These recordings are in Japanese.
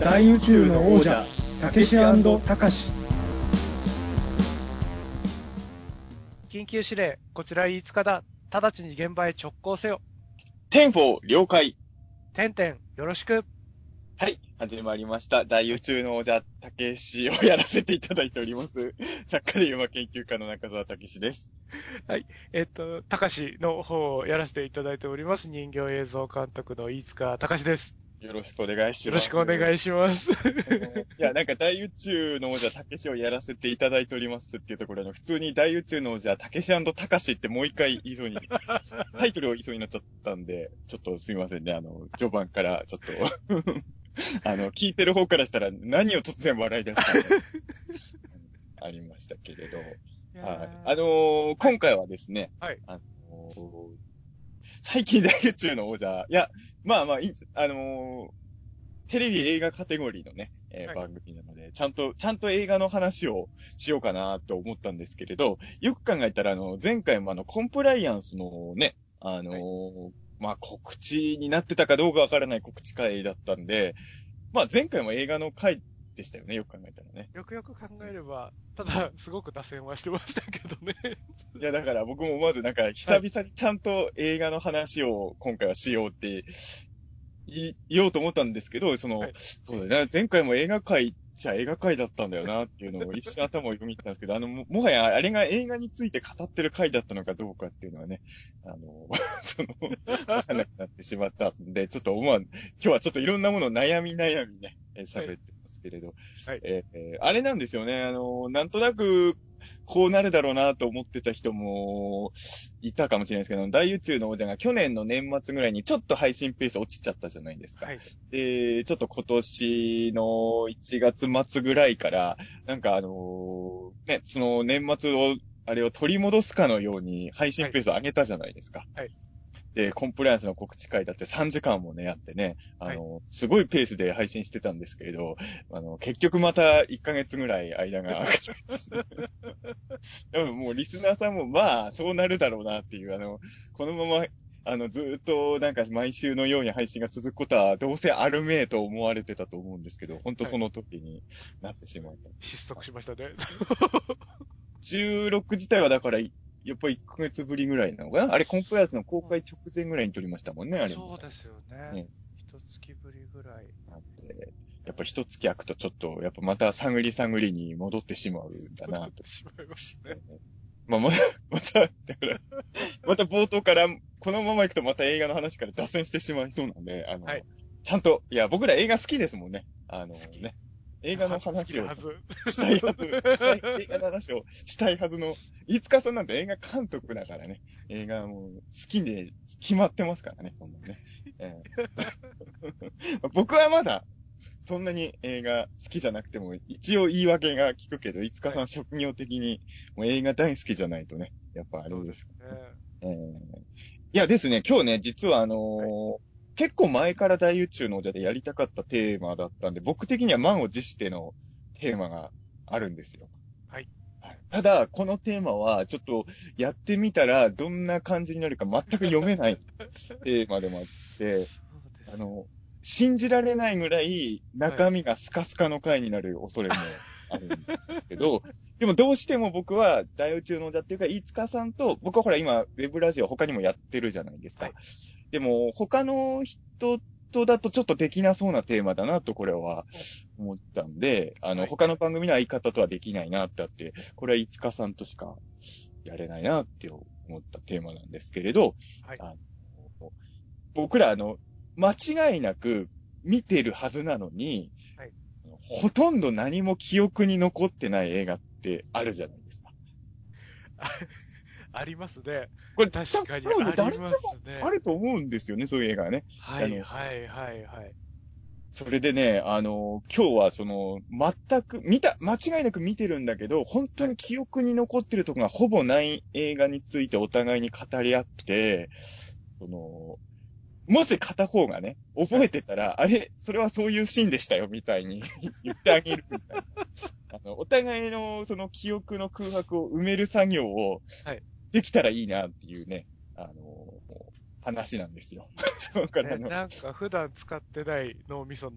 大宇宙の王者たけしたかし。 緊急指令、こちら飯塚だ。直ちに現場へ直行せよ。 テンフォー了解。 てんてん、よろしく。 はい、始まりました。大宇宙の王者たけしをやらせていただいております。作家で馬研究家の中澤たけしです。 はい。たかしの方をやらせていただいております。人形映像監督の飯塚たかしです。 よろしくお願いします。 よろしくお願いします。 なんか大宇宙の王者たけしをやらせていただいておりますっていうところの、普通に大宇宙の王者たけしたかしってもう一回言いそうに、タイトルを言いそうになっちゃったんで、ちょっとすみませんね。序盤からちょっと聞いてる方からしたら何を突然笑い出したのありましたけれど。はい。今回はですね、 はい。 最近大宇宙の王者、テレビ映画カテゴリーのね、 はい番組なので、ちゃんと映画の話をしようかなと思ったんですけれど、よく考えたら前回もコンプライアンスのね、告知になってたかどうかわからない告知会だったんで、前回も映画の回でしたよね、よく考えたらね。 よくよく考えれば、ただ、すごく脱線はしてましたけどね。 いや、だから僕もまず久々にちゃんと映画の話を今回はしようって言おうと思ったんですけど、 はい。 そうだね、前回も映画界じゃ映画界だったんだよなっていうのを一瞬頭を読み入ったんですけど、もはやあれが映画について語ってる回だったのかどうかっていうのはね、わかんなくなってしまったんで、ちょっと今日はちょっといろんなものを悩みね、 はい。 喋ってますけれど、 はい。 あれなんですよね、なんとなく、こうなるだろうなと思ってた人もいたかもしれないですけど、大宇宙の王者が去年の年末ぐらいにちょっと配信ペース落ちちゃったじゃないですか。 はい。 で、ちょっと今年の1月末ぐらいから、その年末を、あれを取り戻すかのように配信はい。 ペースを上げたじゃないですか。 はい。 で、コンプライアンスの告知会だって3時間もね、やってね、 はい。 すごいペースで配信してたんですけれど、結局また1ヶ月ぐらい間が空くちゃいます。でももうリスナーさんもそうなるだろうなっていう、このまま、ずーっと毎週のように配信が続くことはどうせあるめえと思われてたと思うんですけど、本当はい。 その時になってしまったんで。 失速しましたね。 収録自体はだから、やっぱり1ヶ月ぶりぐらいなのかなあれ、コンプライアンスの公開直前ぐらいに撮りましたもんね、あれも。 そうですよね。 ね。 一月ぶりぐらい。 なんで、やっぱ一月空くとちょっと、やっぱまた探り探りに戻ってしまうんだなと。 戻ってしまいますね。 まあ、だから、また冒頭から、このまま行くとまた映画の話から脱線してしまいそうなんで、 はい。 ちゃんと、いや、僕ら映画好きですもんね。 好き。 映画の好き話をなはず。 映画の話をしたいはずの、飯塚さんなんて映画監督だからね。映画もう好きで決まってますからね、そんなね。え僕はまだ、そんなに映画好きじゃなくても、一応言い訳が聞くけど、いつかはい。 さん職業的にもう映画大好きじゃないとね、やっぱあれそうですです。 ね。 いやですね、今日ね、実ははい。 結構前から大宇宙の王者でやりたかったテーマだったんで、僕的には満を持してのテーマがあるんですよ。 はい。 はい。ただ、このテーマは、ちょっとやってみたら、どんな感じになるか全く読めないテーマでもあって、 そうですよ。 あの、信じられないぐらいはい。 中身がスカスカの回になる恐れもあるんですけど、でもどうしても僕は大宇宙の王者っていうか、飯塚さんと、僕はほら今、ウェブラジオ他にもやってるじゃないですか。 はい。 でも、他の人とだとちょっとできなそうなテーマだなと、これは思ったんで、 はい。 他の番組の相方とはできないなってあって、これは飯塚さんとしかやれないなって思ったテーマなんですけれど、 はい。 あの僕ら間違いなく見てるはずなのに、 はい。 ほとんど何も記憶に残ってない映画ってあるじゃないですか。 あありますね。 これ、 確かに多分ね、誰でありまもすね。 あると思うんですよね、そういう映画がね。 はい。はい。はい。はい。 それでね、今日は全く、間違いなく見てるんだけど、本当はい。 に記憶に残ってるところがほぼない映画についてお互いに語り合って、その、もし片方がね、覚えはい。 てたら、あれ、それはそういうシーンでしたよ、みたいに言ってあげるみたいな。お互いのその記憶の空白を埋める作業をはい。 できたらいいなっていうね、話なんですよ。だからね、なんか普段使ってない脳みその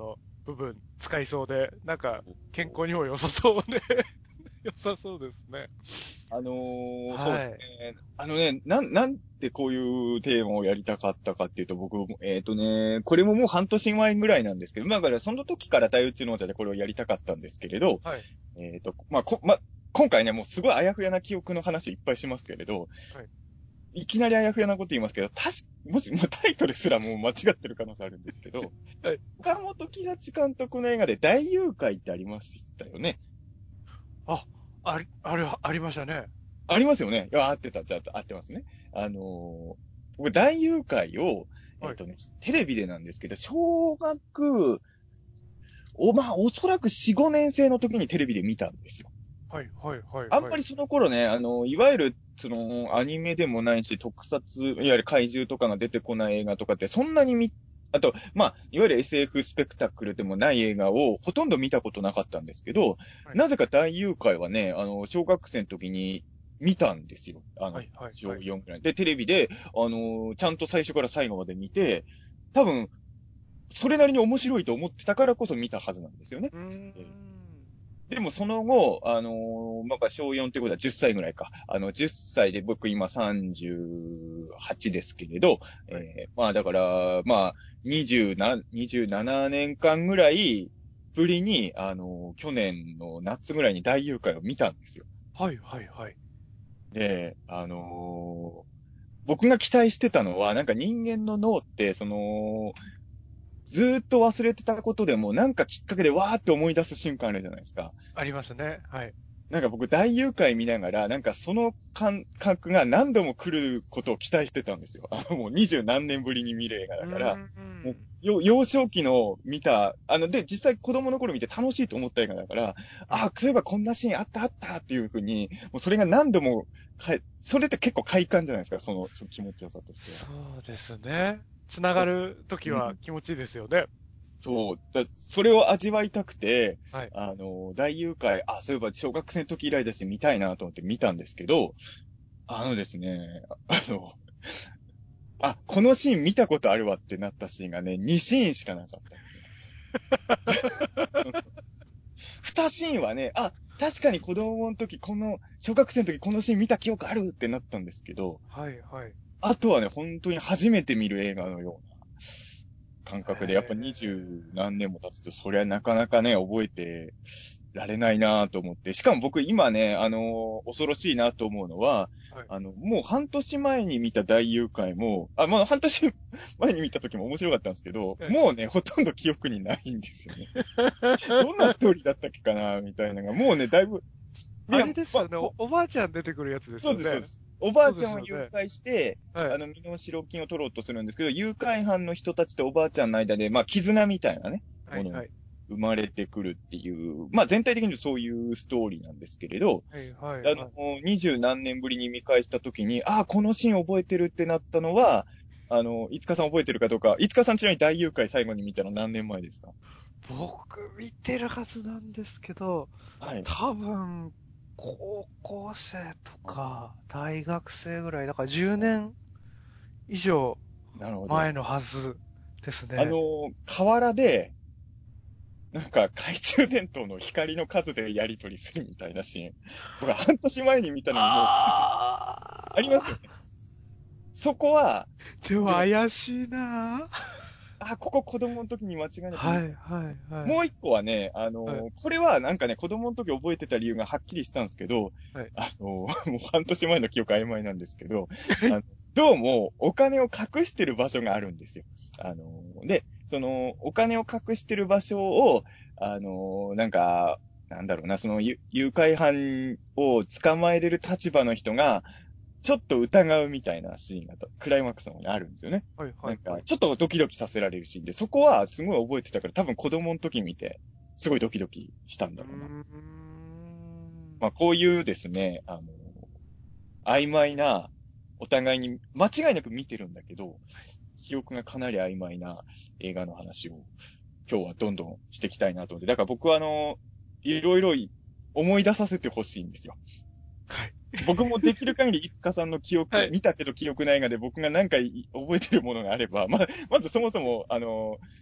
部分使いそうで、なんか健康にも良さそうで、良さそうですね。 そうですはい。 ね。なんでこういうテーマをやりたかったかっていうと、僕、これももう半年前ぐらいなんですけど、まあ、だからその時から大宇宙の王者でこれをやりたかったんですけれど、 はい。 今回ね、もうすごいあやふやな記憶の話いっぱいしますけれど、 はい。 いきなりあやふやなこと言いますけど、もし、もうタイトルすらもう間違ってる可能性あるんですけど、 はい。 岡本喜八監督の映画で大誘拐ってありましたよね。 あ、ありましたね。 ありますよね。いや、合ってた。じゃあ、合ってますね。あのー僕、大誘拐を、 はい。 テレビでなんですけど、小学、まあ、おそらく4、5年生の時にテレビで見たんですよ。 はい、はい、はい、はい。 あんまりその頃ね、いわゆる、アニメでもないし、特撮、いわゆる怪獣とかが出てこない映画とかって、そんなにあと、まあ、いわゆる SF スペクタクルでもない映画をほとんど見たことなかったんですけど、 はい、 なぜか大誘拐はね、小学生の時に見たんですよ。 はい、はい。 小はい。 4くらい。で、テレビで、ちゃんと最初から最後まで見て、多分、それなりに面白いと思ってたからこそ見たはずなんですよね。 うーん。 でもその後、まあ、小4ってことは10歳ぐらいか。10歳で僕今38ですけれど、 はい。 まあだから、まあ、27年間ぐらいぶりに、去年の夏ぐらいに大誘拐を見たんですよ。 はい、はい、はい。 で、僕が期待してたのは、なんか人間の脳って、ずーっと忘れてたことでも、なんかきっかけでわーって思い出す瞬間あるじゃないですか。 ありますね。はい。 なんか僕大誘拐見ながら、なんかその感覚が何度も来ることを期待してたんですよ。もう20何年ぶりに見る映画うーだから、もうん。 幼少期の見た、で、実際子供の頃見て楽しいと思った映画だから、 はい。 そういえばこんなシーンあったあったっていうふうに、もうそれが何度もそれって結構快感じゃないですか、その気持ちよさとしては。 そうですね。つながだるときうん。 は気持ちいいですよね。 そう。それを味わいたくて、 はい。 大誘拐、そういえば小学生の時以来だし見たいなと思って見たんですけど、ですね、の、このシーン見たことあるわってなったシーンがね、2シーンしかなかったんですね。2シーンはね、確かに子供の時、小学生の時このシーン見た記憶あるってなったんですけど、 はい、はい。 あとはね、本当に初めて見る映画のような感覚で、やっぱ二十え何年も経つと、そりゃなかなかね、覚えてられないなと思って。しかも僕今ね、恐ろしいなと思うのは、 はい。 もう半年前に見た大誘拐も、まあ半年前に見た時も面白かったんですけど、 はい。 もうね、ほとんど記憶にないんですよね。どんなストーリーだったっけかな、みたいなのが、もうね、だいぶ、いあや、 れですよね。おばあちゃん出てくるやつですそうです、そうよね。 です。おばそうあちゃんをですよね。 誘拐して、 はい。 身代金を取ろうとするんですけど、誘拐犯の人たちとおばあちゃんの間で、まあ、絆みたいなね、 はい、 ものがはい。 生まれてくるっていう、まあ、全体的にそういうストーリーなんですけれど、 はい、はい、 あはい。 二十何年ぶりに見返したときに、このシーン覚えてるってなったのは、いつかさん覚えてるかどうか、いつかさんちなみに大誘拐最後に見たの何年前ですか？ 僕、見てるはずなんですけど、 はい。 多分、高校生とか、大学生ぐらい、だから10年以上なるほど。 前のはずですね。 河原で、なんか懐中電灯の光の数でやり取りするみたいなシーン。僕は半年前に見たのにもう、ありますよあね。そこは、 ー、でもでも、 怪しいなここ子供の時に間違いなく見た。 はい、はい、はい。 もう一個はね、 はい、 これはなんかね、子供の時覚えてた理由がはっきりしたんですけど、 はい。 もう半年前の記憶曖昧なんですけど、あの、どうもお金を隠してる場所があるんですよ。で、そのお金を隠してる場所を、なんか、なんだろうな、その誘拐犯を捕まえれる立場の人が、ちょっと疑うみたいなシーンがクライマックスの方にあるんですよね。 はい、はい、 なんか、 はい。 ちょっとドキドキさせられるシーンで、そこはすごい覚えてたから、多分子供の時見て、すごいドキドキしたんうーだろうな。 ん。 まあ、こういうですね、曖昧な、お互いに間違いなく見てるんだけど、記憶がかなり曖昧な映画の話を今日はどんどんしていきたいなと思って。だから僕はいろいろ思い出させてほしいんですよ。 はい。 僕もできる限り、いつかさんの記憶、 はい。 見たけど記憶ない映画で僕が何回覚えてるものがあれば、まずそもそも、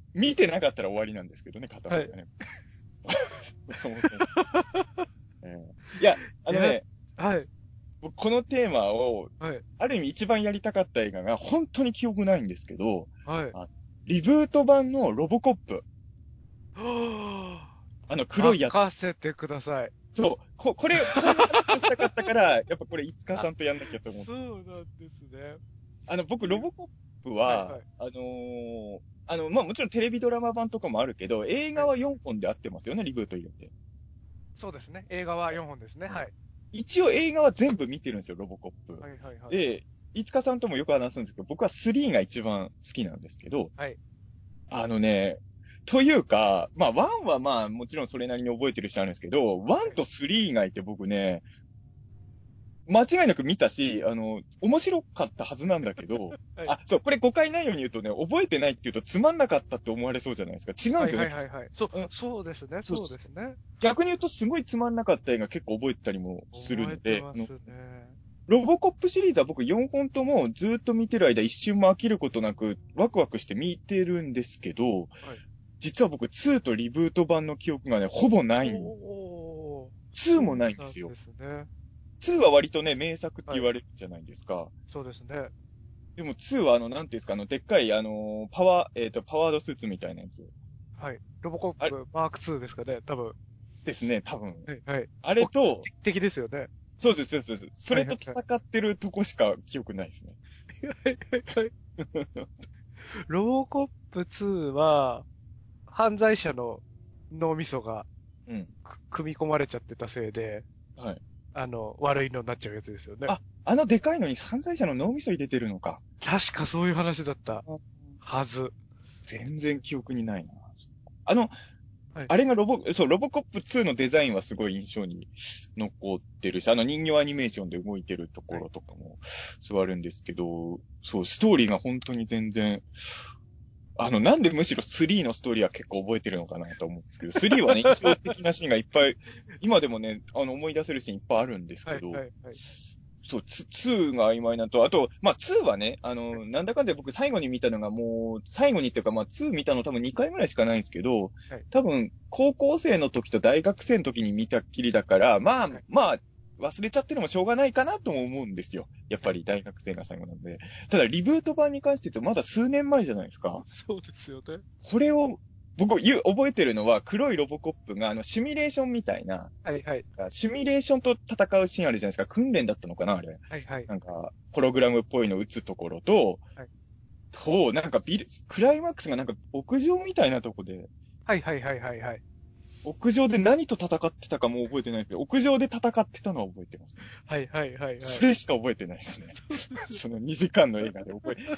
見てなかったら終わりなんですけどね、片方がね。そもそも。いや、 はい。 僕このテーマを、 はい。 ある意味一番やりたかった映画が本当に記憶ないんですけど、 はい。 あリブート版のロボコップ。 は黒いやつ。 任せてください。 そう。こういう話をしたかったから、やっぱこれ、いつかあ、 さんとやんなきゃと思って。 そうなんですね。 僕、ロボコップは、 はいはい。 まあ、もちろんテレビドラマ版とかもあるけど、映はい。 画は4本で合ってますよね、リブート入れて。 そうですね。映画は4本ですね。 うん。 はい。 一応映画は全部見てるんですよ、ロボコップ。 はいはいはい。 で、いつかさんともよく話すんですけど、僕は3が一番好きなんですけど、 はい。 あのね、というか、まあ、1はまあ、もちろんそれなりに覚えてる人あるんですけど、1 はい。 と3以外って僕ね、間違いなく見たし、面白かったはずなんだけど、 はい。 そう、これ誤解ないように言うとね、覚えてないって言うとつまんなかったって思われそうじゃないですか。違うんはいですよね。 はいはいはい。そう、 うん、 そうですね。 そうそうですね。 逆に言うとすごいつまんなかった映画結構覚えてたりもする覚えので、 てますね。 ロボコップシリーズは僕4本ともずっと見てる間一瞬も飽きることなくワクワクして見てるんですけど、 はい。 実は僕2とリブート版の記憶がね、ほぼない。 おー、 2もそうないんですよ。 なんですね。 2は割とね、名作ってはい。 言われるじゃないですか。 そうですね。 でも2はなんていうんですか、でっかい、パワー、パワードスーツみたいなやつ。 はい。ロボコッあれプマーク2ですかね。多分。 ですね、多分。 はい。はい。 あれと、 敵ですよね。 そうです、そうです。それとはいはいはい。 戦ってるとこしか記憶ないですね。 はいはいはい。ロボコップ2は、犯罪者の脳みそがうん。 組み込まれちゃってたせいで、 はい。 悪いのになっちゃうやつですよね。 でかいのに犯罪者の脳みそ入れてるのか。 確かそういう話だったあはず。 全然記憶にないな。あの、 はい。 あれがロボコップ2のデザインはすごい印象に残ってるし、人形アニメーションで動いてるとこはい。 ろとかも座るんですけど、そう、ストーリーが本当に全然、なんでむしろ3のストーリーは結構覚えてるのかなと思うんですけど、3はね、印象的なシーンがいっぱい、今でもね、思い出せるシーンいっぱいあるんですはい。 けど、 はい。はい。 そう、2が曖昧なと、あと、まあ、2はね、なんだかんだ僕最後に見たのがもう、最後にっていうか、まあ、2見たの多分2回ぐらいしかないんですけど、 はい。 多分、高校生の時と大学生の時に見たっきりだから、 はい。 まあ、忘れちゃってるのもしょうがないかなとも思うんですよ。やっはい。 ぱり大学生が最後なんで。ただ、リブート版に関して言うと、まだ数年前じゃないですか。 そうですよね。 これを、覚えてるのは、黒いロボコップが、シミュレーションみたいな、 はい。はい。 シミュレーションと戦うシーンあるじゃないですか。訓練だったのかなあれ。 はい。はい。 なんか、ホログラムっぽいの撃つところと、 はい。 なんかクライマックスがなんか屋上みたいなとこで、 はい。はい。はい。はい。はい。 屋上で何と戦ってたかも覚えてないですけど、屋上で戦ってたのは覚えてますね。 はい。はい。はい。はい。 それしか覚えてないですね。 そうですよ。 その2時間の映画で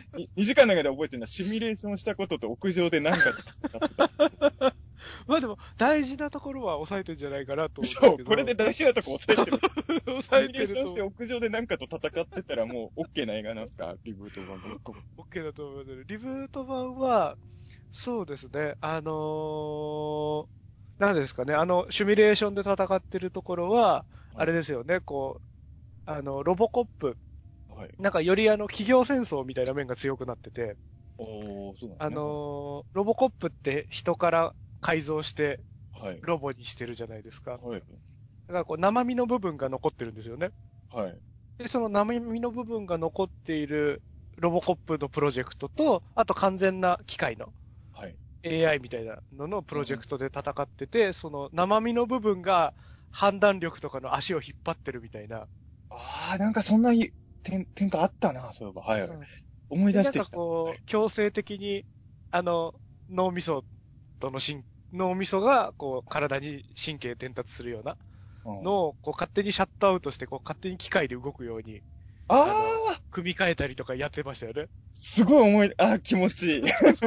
2時間の映画で覚えてるのはシミュレーションしたことと屋上で何かと戦ってた。 まあでも、大事なところは抑えてんじゃないかなと思うんですそう、 けど、 これで大事なとこ抑えてる。シ抑えミュレーションしててると屋上で何かと戦ってたらもう OK な映画なんですかリブート版の。 OK だと思いますね。リブート版は、そうですね、なんですかね、シミュレーションで戦ってるところは、あはい。 れですよね、こう、ロボコップ、 はい。 なんかより企業戦争みたいな面が強くなってて、 そうなんですね。はい。 ロボコップって人から改造してはい。 ロボにしてるじゃないですか。 はい。 だからこう生身の部分が残ってるんですよね。 はい。 で、その生身の部分が残っているロボコップのプロジェクトと、あと完全な機械のはい。 AI みたいなののプうん。 ロジェクトで戦ってて、その生身の部分が判断力とかの足を引っ張ってるみたいな。 なんかそんない展開あったな、そういえば。はいはい。 うん。 思いで、なんか出してきた。はこう、 い。 強制的に、あの、脳みそとの脳みそが、こう、体に神経伝達するようなうん。 のを、こう、勝手にシャットアウトして、こう、勝手に機械で動くように、 ああの、 あ組み替えたりとかやってましたよね。 すごい気持ちいい。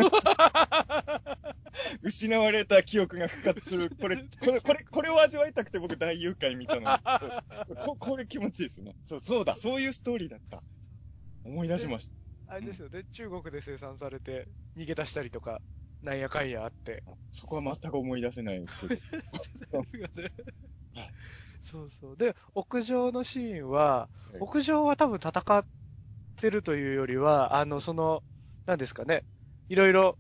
失われた記憶が復活する。これを味わいたくて僕大誘拐見たのに。これ気持ちいいですね。そうだ、そういうストーリーだった。思い出しで、 ました。 あれうん。 ですよね、中国で生産されて逃げ出したりとか、なんやかんやあって。 そこは全く思い出せないですけど。はい。 そうそう。で、屋上のシーンは、 はい。 屋上は多分戦ってるというよりは、何ですかね、いろいろ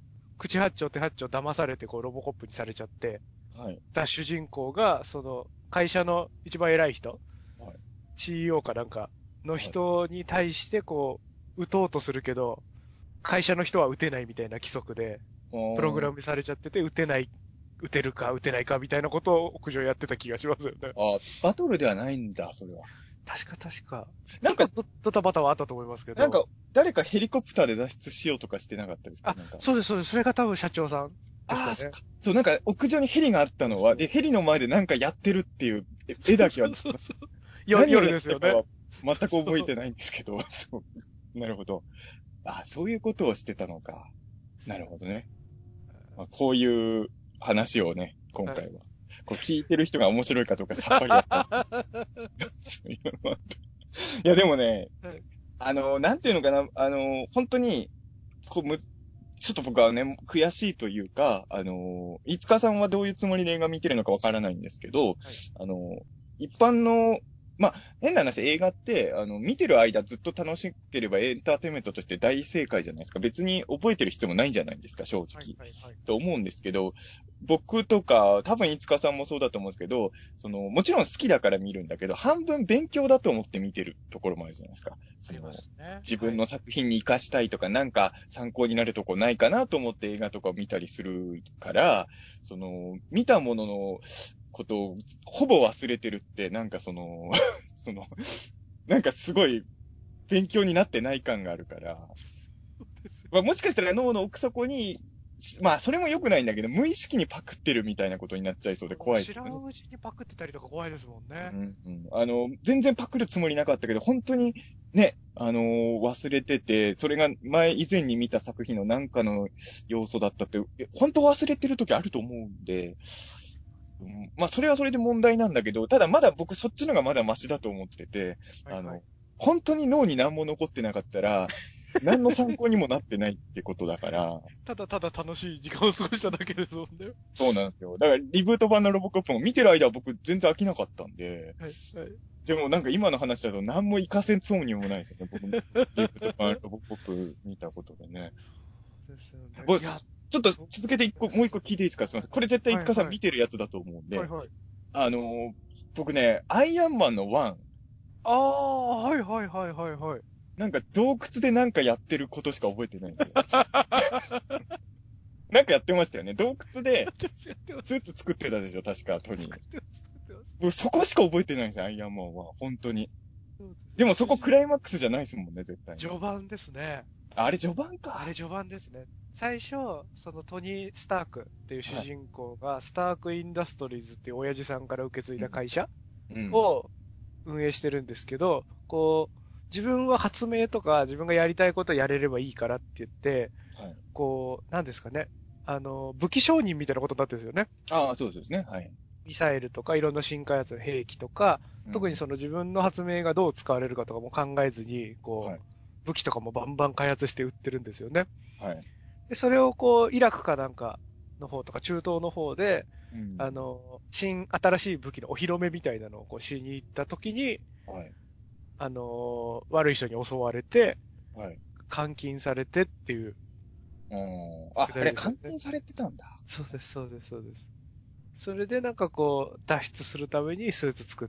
口八丁手八丁騙されてこうロボコップにされちゃって、 はい。 た主人公が、その会社の一番偉い人、 はい。 CEO かなんかのはい。 人に対してこう、撃とうとするけど、会社の人は撃てないみたいな規則で、プログおー。 ラムされちゃってて、撃てるか撃てないかみたいなことを屋上やってた気がしますよね。 あ、バトルではないんだ、それは。 確か。ちなんか、 ょっとドタバタはあったと思いますけなんか、 ど。 誰かヘリコプターで脱出しようとかしてなかったですかあ、 なんか。 そうです、そうです。それが多分社長さんですああ、 かね。 そっか。そう、なんか、屋上にヘリがあったのは、で、 そうそう。 ヘリの前でなんかやってるっていう絵そうだけは、 そうそうそう。 何をやっ夜ですよね。 たかは全くそう。 覚えてないんですけど、そう。なるほど。あ、そういうことをしてたのか。なるほどね。まあ、こういう話をね、今はい。 回は。こう聞いてる人が面白いかどうかさっぱりわかんない。そういうのは。いや、でもね、 はい。 なんていうのかな、本当に、こうむ、ちょっと僕はね、悔しいというか、飯塚さんはどういうつもりで映画見てるのかわからないんですけど、 はい。 あの、一般の、まあ、変な話、映画って、見てる間ずっと楽しければエンターテインメントとして大正解じゃないですか。別に覚えてる必要もないんじゃないですか、正はい。 直。 はい。はい。 と思うんですけど、僕とか、多分飯塚さんもそうだと思うんですけど、もちろん好きだから見るんだけど、半分勉強だと思って見てるところもあるじゃないですか。 ありますね。 自分はい。 の作品に活かしたいとか、なんか参考になるとこないかなと思って映画とかを見たりするから、見たもののことをほぼ忘れてるって、なんかその、なんかすごい勉強になってない感があるから、 ですよ。 まあ、もしかしたら脳の奥底に、まあ、それも良くないんだけど、無意識にパクってるみたいなことになっちゃいそうでもう知怖いですよね。 らんうちにパクってたりとか怖いですもんね。 うんうん、全然パクるつもりなかったけど、本当にね、忘れてて、それが以前に見た作品の何かの要素だったって、本当忘れてる時あると思うんで、うん、まあ、それはそれで問題なんだけど、ただまだ僕そっちのがまだマシだと思ってて、 はいはい。 本当に脳に何も残ってなかったら、何の参考にもなってないってことだから、 ただただ楽しい時間を過ごしただけですもんね。 そうなんですよ。だからリブート版のロボコップも見てる間は僕全然飽きなかったんで、 はいはい。 でもなんか今の話だと何も活かせそうにもないですよね。僕、リブート版ロボコップ見たことでね。 ですよね。いや、 ボス、ちょっとそう続けてもう一個聞いていいですか？すみません。これ絶対いつかさんはいはい。 見てるやつだと思うんで。 はいはい。 あのー僕ね、アイアンマンの1、 ああ、はいはいはいはいはい。 なんか洞窟でなんかやってることしか覚えてないんですよ。なんかやってましたよね。洞窟でやってます。 スーツ作ってたでしょ、確か、トニー。 作ってます。作ってます。 僕そこしか覚えてないんですよ、アイアンマンは。本当に。 そうですね。 でもそこクライマックスじゃないですもんね、絶対ね。 序盤ですね。 あれ序盤か。 あれ序盤ですね。最初、そのトニー・スタークっていう主はい。 人公が、スターク・インダストリーズっていう親父さんから受け継いうん。 だ会社うん。 を運営してるんですけど、こう、自分は発明とか自分がやりたいことをやれればいいからって言って、 はい。 こう、なんですかね。武器商人みたいなことになってるんですよね。 ああ、そうですね。はい。 ミサイルとかいろんな新開発の兵器とか、 うん。 特にその自分の発明がどう使われるかとかも考えずに、こはい。 う、武器とかもバンバン開発して売ってるんですよね。 はい。 で、それをこう、イラクかなんかの方とか中東の方で、 うん。 新しい武器のお披露目みたいなのをこうしに行った時に、 はい。 悪い人に襲われて、 はい。 監禁されてっていううん。あ、 くだあれ、 りですよね。 監禁されてたんだ。 そうです、そうです、そうです。それでなんかこう、脱出するためにスーツ作って、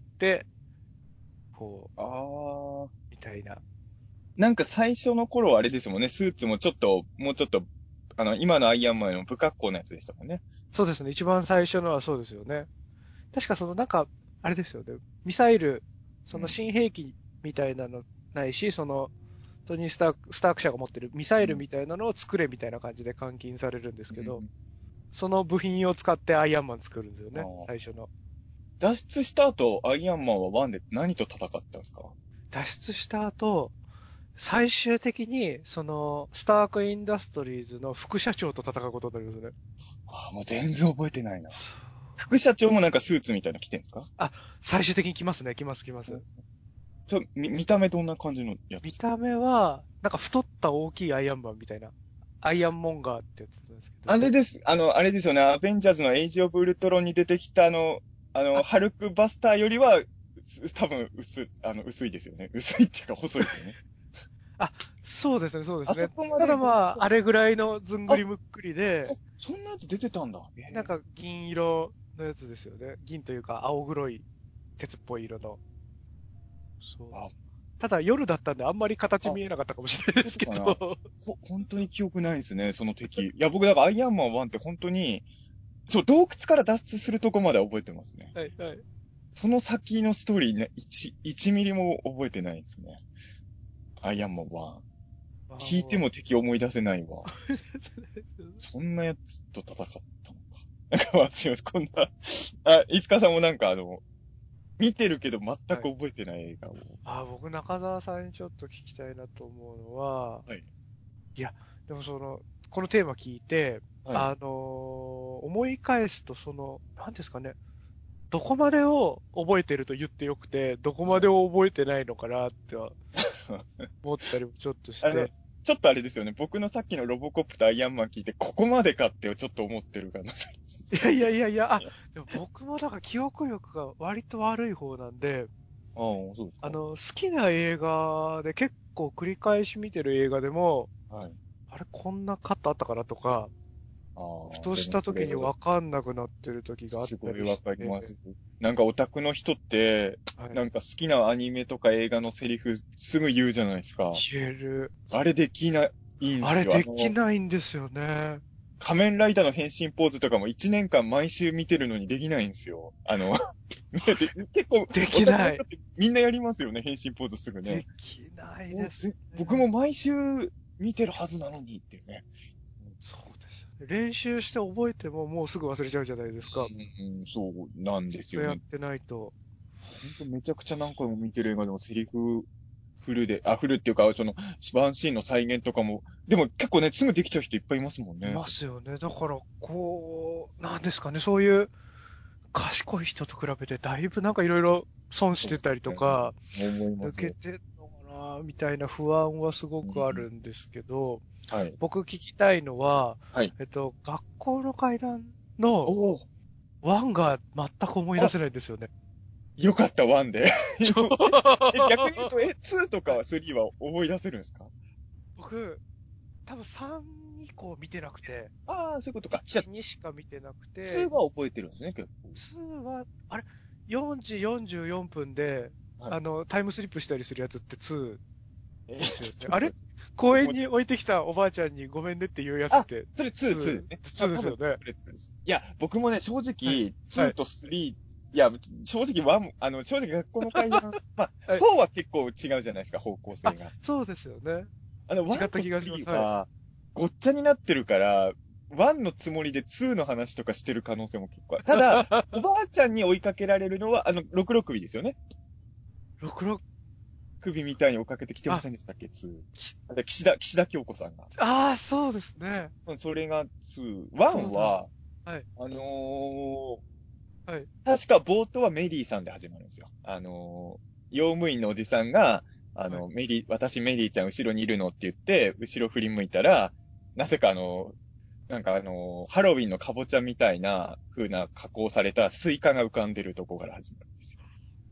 こう、 ああ。 みたいな。 なんか最初の頃はあれですもんね。スーツもちょっと、もうちょっと、今のアイアンマンの不格好なやつでしたもんね。 そうですね。一番最初のはそうですよね。確かそのなんか、あれですよね。ミサイル、そのうん。 新兵器みたいなのないし、その、トニー・スターク社が持ってるミサイルうん。 みたいなのを作れみたいな感じで監禁されるんですけど、 うん。 その部品を使ってアイアンマン作るんですよね。 ああ。 最初の。 脱出した後、アイアンマンは1で何と戦ったんですか？ 脱出した後、最終的に、その、スタークインダストリーズの副社長と戦うことになりますね。 ああ、もう全然覚えてないな。 そう。 副社長もなんかスーツみたいなの着てんですか？ あ、最終的に来ますね。来ます、来まうん。 す。 見た目どんな感じのやつですか？ 見た目は、なんか太った大きいアイアンマンみたいな。アイアンモンガーってやつなんですけど。 あれです。あれですよね。アベンジャーズのエイジオブウルトロンに出てきたあ、 ハルクバスターよりは、多分薄いですよね。薄いっていうか細いですよね。 あ、 そうですね、そうですね。 あそこまでただまあ、あれぐらいのずんぐりむっくりで、 そんなやつ出てたんだ。 なんか銀色のやつですよね。銀というか青黒い鉄っぽい色の。そう。 あ、 ただ夜だったんであんまり形あ、 見えなかったかもしれないですけそうかな。 ど。 本当に記憶ないですね、その敵。いや、僕、だからアイアンマン1って本当に、そう、洞窟から脱出するとこまでは覚えてますね。 はい、はい。 その先のストーリーね、1ミリも覚えてないですね。アイアンマン1。 あ聞いてーも敵思い出せないわ。そんなやつと戦ったのか。なんか、まあ、すいません、こんな、いつかさんもなんか見てるけど全くはい。 覚えてない映画を。 僕、中澤さんにちょっと聞きたいなと思うのは、 はい。 いや、でもこのテーマ聞いて、 はい。 思い返すと、なんですかね、どこまでを覚えてると言ってよくて、どこまではい。 を覚えてないのかなっては思ったりもちょっとしあの、 て。 ちょっとあれですよね。僕のさっきのロボコップとアイアンマン聞いて、ここまでかってちょっと思ってる可能性あります。 いやいやいやいや、でも僕もだから記憶力が割と悪い方なんで、 ああ、そうですか。 好きな映画で結構繰り返し見てる映画でも、 はい。 あれこんなカットあったかなとか、 ああ、 ふとでもした時にそれ、 わかんなくなってる時があっすごいわたりして、 かります。なんかオタクの人って、 はい。 なんか好きなアニメとか映画のセリフすぐ言うじゃないですか。 消える。 あれできないんあれすよ。 できないんですよね。 仮面ライダーの変身ポーズとかも1年間毎週見てるのにできないんですよ。結構、 でオきない。 タクの人ってみんなやりますよね、変身ポーズすぐね。 できないです僕もね。 毎週見てるはずなのにっていうね。 そうですよね。練習して覚えてももうすぐ忘れちゃうじゃないですか。 そうなんずっですよね。 とやってないと。 ほんとめちゃくちゃ何回も見てる映画でもセリフフルっていうか、ワンシーンの再現とかも、でも結構ね、すぐできちゃう人いっぱいいますもんいね。 ますよね。だから、なんですかね、そういう賢い人と比べてだいぶなんかいろいろ損しそうですてたりとね。 か、 思います。 抜けてんのかな、みたいな不安はすごうんくあるんですけど、 はい。 僕聞きたいのは、 はい。 学校の階段のおお。 ワンが全く思い出あ、 せないんですよね。 よかった、ワンで。逆に言うと、 はツーとかい。 スリーは思い出せるんですか？ 僕、多分3以降見てなくて、 ああー、そういうことか。じゃあ、 1、2しか見てなくツーて、 は覚えてるんですね、結構。 2は、あれ、4時44分で、 はい。 タイムスリップしたりするやつって2ですよね。あれちょっと待って、 公僕も、 園に置いてきたおばあちゃんにごめんねっていうやつっあ、 てそれ2ですね。 2 多分、 ですよね。 それ2です。いや、僕もね、正はい。 直、 はい。 2と3、いや、正直1、正直学校の階段、まあ、 はい。 4は結構違うじゃないですか、方向性が。 そうですよね。違っ 1とた気がします。 3 はい。 は、ごっちゃになってるから、1のつもりで2の話とかしてる可能性も結構ある。ただ、おばあちゃんに追いかけられるのは、66首ですよね。 66、 首みたいに追いかけてきてまあ、 せんでしたっけ、2。 き岸田京子さんが。 そうですね。 それが2。1 そうだ。 は、 はい。 あのーはい。 確か冒頭はメリーさんで始まるんですよ。用務員のおじさんが、 はい。 私メリーちゃん後ろにいるのって言って、後ろ振り向いたら、なぜかなんかハロウィンのカボチャみたいな風な加工されたスイカが浮かんでるとこから始まるんですよ。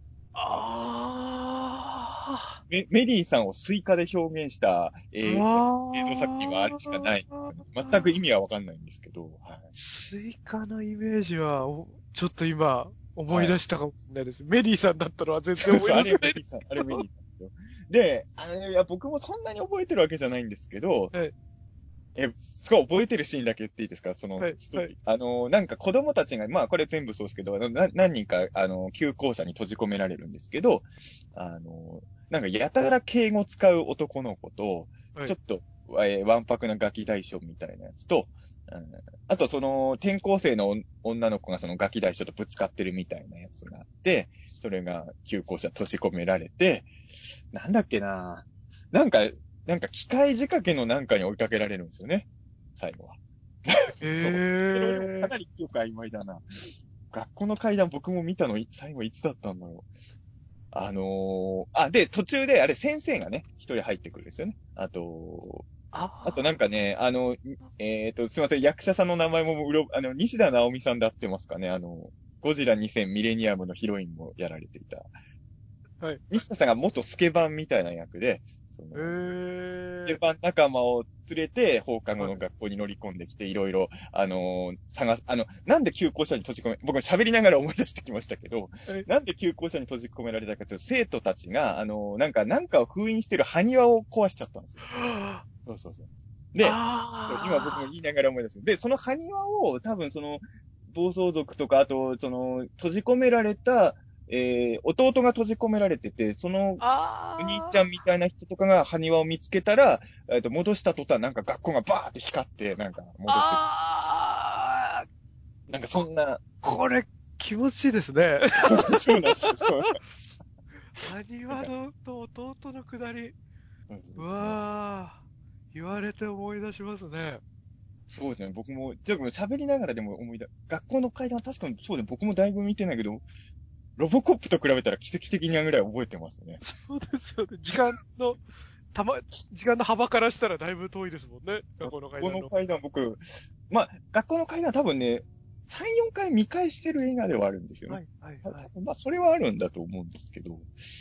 あメリーさんをスイカで表現した、映像作品はあれしかないんですよね。全く意味はわかんないんですけど、はい。 スイカのイメージは、ちょっと今、思いはい。 出したかもしれないです。メリーさんだったのは全然思いそうそう、あ出せないです。 れメリーさん、あれメリーさんですよ。で、いや、僕もそんなに覚えてるわけじゃないんですけど、 はい。 すごい覚えてるシーンだけ言っていいですか？そのはい。はい。 ストーリー。なんか子供たちが、まあこれ全部そうですけど、何人か、旧校舎に閉じ込められるんですけど、あの、なんかやたら敬語使う男の子と、 はい。 ちょっと、わんぱくなガキ大将みたいなやつと、あと転校生の女の子がそのガキ大将とぶつかってるみたいなやつがあって、それが旧校舎閉じ込められて、なんだっけななんか、なんか機械仕掛けのなんかに追いかけられるんですよね。最後は。そう。でもでもかえなり記憶曖昧だな。学校の階段僕も見たの最後いつだったんだろう。で、途中で、あれ、先生がね、一人入ってくるんですよね。あとなんあかね、すいません、役者さんの名前も西田直美さんで合ってますかね。ゴジラ2000ミレニアムのヒロインもやられていた。 はい。 西田さんが元スケバンみたいな役で、 そのえ定番仲間を連れて放課後の学校に乗り込んできて、いろいろ、なんで休校舎に閉じ込め、僕喋りながら思い出してきましたけど、 えなんで休校舎に閉じ込められたかというと、生徒たちが、なんかを封印してる埴輪を壊しちゃったんですよ。そうそうそう。で、今僕も言いながら思い出す。で、その埴輪を多分暴走族とか、あと、閉じ込められた、弟が閉じ込められてて、そのお兄ちゃんみたいな人とかが埴輪を見つけたら、戻した途端なんか学校がバーって光って、なんか戻ってあなんかそんな。 これ、気持ちいいですね。 そうなんですよ、そう。 埴輪のと弟のくだり。ううわぁ、言われて思い出しますね。 そうですね、僕も、じゃあ喋りながらでも学校の階段は確かにそうで、僕もだいぶ見てないけど、ロボコップと比べたら奇跡的にぐらい覚えてますね。 そうですよね。時間の幅からしたらだいぶ遠いですもんね。学校の階段の。 学校の階段僕、学校の階段は多分ね、3、4回見返してる映画ではあるんですよね。 はい、はい、はい。 多分それはあるんだと思うんですけど、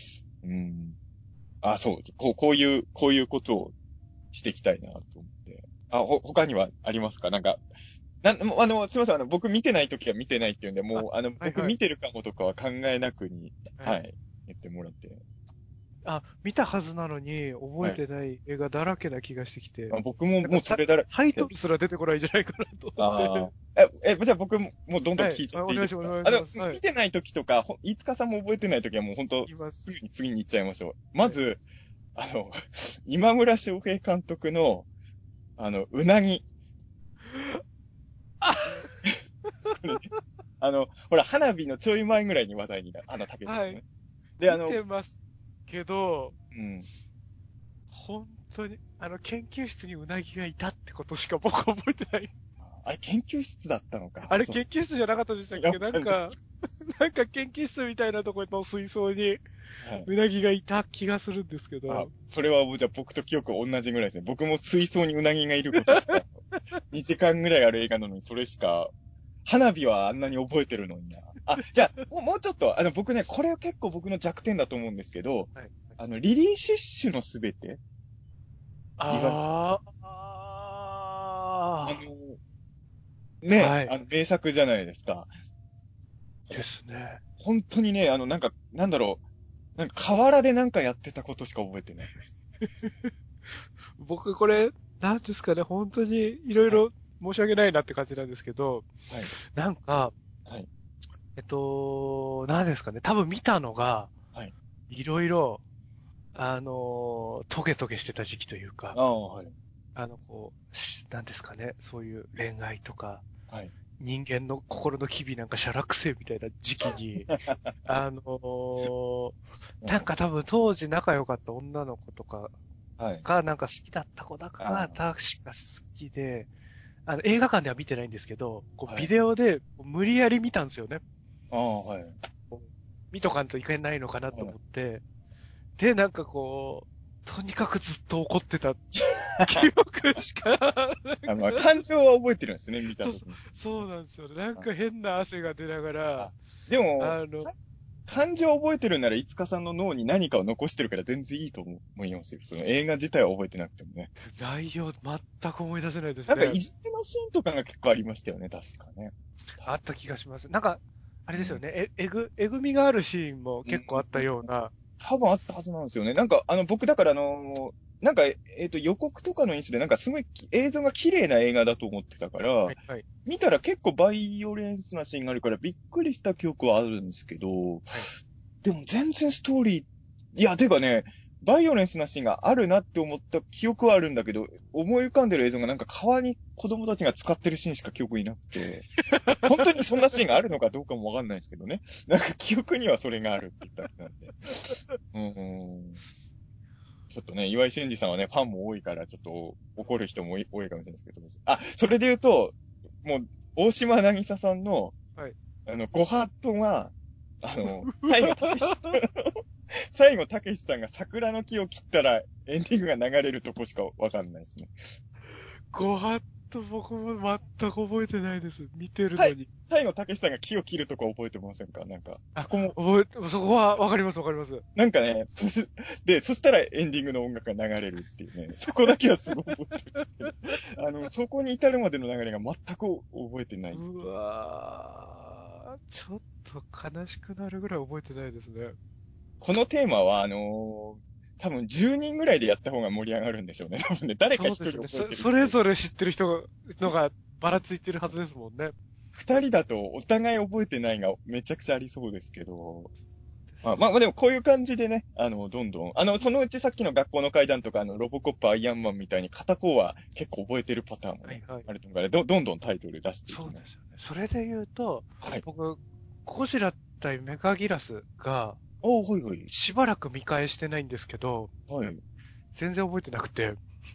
そう、こういうことをしていきたいなと思って。他にはありますか？なんか、すいません、僕見てないときは見てないっていうんで、もう、僕見てるかもとかは考えなくに、 はい。 言ってもらって。 見たはずなのに覚えはい。 てない映画だらけな気がしてきて、 僕もなんかもうそれだらけ。 タイトルすら出てこないんじゃないかなと思って。 じゃあ僕もどんどんはい。 聞いちゃっていいですか？ お願いします。はい。 見てないときとか、飯塚さんも覚えてないときはもう本当います。 すぐに次に行っちゃいましょう。まはい。 ず、あの、今村翔平監督の、うなぎ。 あ、 これねほら、花火のちょい前ぐらいに話題になる。竹内はい。 のね。で、 見てますけど、 うん。 本当に、研究室にうなぎがいたってことしか僕覚えてない。 あれ、研究室だったのか。 あれ、 そう。 研究室じゃなかったでしたっいや、 け？ わかんないです。 なんか研究室みたいなところの水槽にはい。 うなぎがいた気がするんですけど。 それはじゃあ僕と記憶同じぐらいですね。僕も水槽にうなぎがいることしか、2時間ぐらいある映画なのにそれしか、花火はあんなに覚えてるのにな。じゃあ、もうちょっと、僕ね、これは結構僕の弱点だと思うんですけど、 はい。 リリー・シッシュのすべて、岩井さん。 あね、 はい。 名作じゃないですか。 ですね。 本当にね、なんだろう、なんか河原でなんかやってたことしか覚えてない。 僕これ、なんですかね、本当にいろいはい、 ろ申し訳ないなって感じなんですけど、 はい、 なんか、 はい、 なんですかね、多分見たのが、 はい。 いろいろ、トゲトゲしてた時期というか、 はい、 なんですかね、そういう恋愛とか、 はい。 人間の心の機微なんかしゃらくせえみたいな時期に、あのーなんか多分当時仲良かった女の子とかはい。 がなんか好きだった子だかが確か好きで、映画館では見てないんですけど、ビはい。 デオで無理やり見たんですよね。 はい。 見とかんといけないのかなとはい。 思って。で、なんかとにかくずっと怒ってた記憶しか、 感情は覚えてるんですね、見たそうときに。 そうなんですよね。なんあ、 か変な汗が出ながら、 あでも、 あの、 感情を覚えてるなら、いつかさんの脳に何かを残してるから全然いいと思いますよ。その映画自体は覚えてなくてもね。 内容全く思い出せないですなんか、 ね。 いじってのシーンとかが結構ありましたよね、確かね。 あった気がします。なんか、あれですようん。 ね。えぐみがあるシーンもうん。 結構あったような。 多分あったはずなんですよね。なんか、僕だからなんか、予告とかの演出で、なんかすごい映像が綺麗な映画だと思ってたから、 はいはい。 見たら結構バイオレンスなシーンがあるからびっくりした記憶はあるんですけど、 はい。 でも全然ストーリー、いや、てかね、バイオレンスなシーンがあるなって思った記憶はあるんだけど、思い浮かんでる映像がなんか川に子供たちが使ってるシーンしか記憶になくて、本当にそんなシーンがあるのかどうかもわかんないですけどね。なんか記憶にはそれがあるって言ったんで。ちょっとね、岩井俊二さんはね、ファンも多いから、ちょっと怒る人も多いかもしれないですけど。それで言うと、もう、大島渚さんの、 はい。 ご法度は、 う最後、たけしさんが桜の木を切ったら、エンディングが流れるとこしかわかんないですね。 ご法と僕も全く覚えてないです。見てるのに。 最後、たけしさんが木を切るとこ覚えてませんか？なんか、そこも、 そこはわかりますわかります。 なんかね、そしたらエンディングの音楽が流れるっていうね、そこだけはすごい覚えてるんですけど、そこに至るまでの流れが全く覚えてない。 うわー、ちょっと悲しくなるぐらい覚えてないですね。 このテーマは、多分10人ぐらいでやった方が盛り上がるんでしょうね。多分ね、誰か一人覚えてる。 それぞれ知ってる人のがばらついてるはずですもんね。 二人だとお互い覚えてないがめちゃくちゃありそうですけど、でもこういう感じでね、どんどん、そのうちさっきの学校の階段とか、ロボコップアイアンマンみたいに片方は結構覚えてるパターンもね、 はいはい。 あると思うから、どんどんタイトル出していきます。 そうですよね。それで言うと、 はい。 僕、ゴジラ対メカギラスが、 はいはい。 しばらく見返してないんですけど、 はい。 全然覚えてなくて、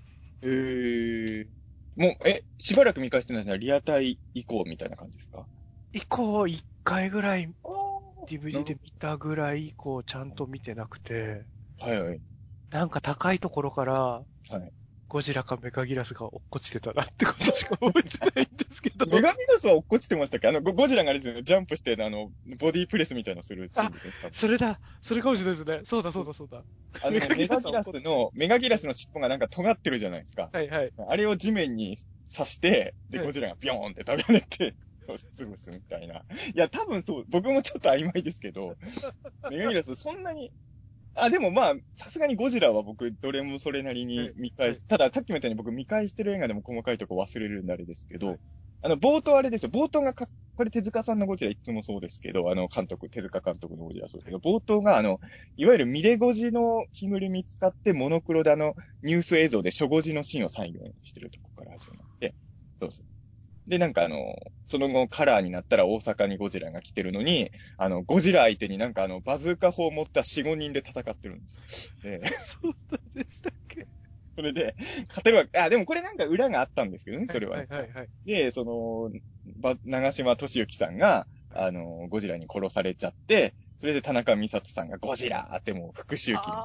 もう、しばらく見返してないのはリアタイ以降みたいな感じですか？ 以降1回ぐらいあな DVD るで見たぐらい以降ちゃんと見てなくて、 はいはい。 なんか高いところからはい。 ゴジラかメカギラスが落っこちてたなってことしか覚えてないんですけど。 メガミナスは落っこちてましたっけ？ゴジラがあれですよね、ジャンプして、ボディープレスみたいなのするシーンですよね、多分。 それだ。それかもしれないですね。そうだそうだそうだ。 メガギラスの尻尾がなんか尖ってるじゃないですか。 はいはい。 あれを地面に刺して、で、 はいゴジラがビョーンって食べ跳ねて、潰すみたいな。いや、多分そう、僕もちょっと曖昧ですけど、メガギラスそんなに、でもまあ、さすがにゴジラは僕、どれもそれなりに見はい返し、たださっきみたいに僕見返してる映画でも細かいとこ忘れるんであれですけど、 はい冒頭あれですよ、冒頭がこれ手塚さんのゴジラいつもそうですけど、手塚監督のゴジラそうですけど、冒頭がいわゆるミレゴジの着ぐるみ使ってモノクロでニュース映像で初ゴジのシーンを再現してるとこから始まって、そうそう。で、なんかその後カラーになったら大阪にゴジラが来てるのに、ゴジラ相手になんかバズーカ砲を持った4、5人で戦ってるんですよ。で、 そうだでしたっけ？ それで、勝てるわけ、でもこれなんか裏があったんですけどね、それは。 はいはいはい。 で、長島敏之さんが、ゴジラに殺されちゃって、それで田中美里さんがゴジラーってもう復讐期に。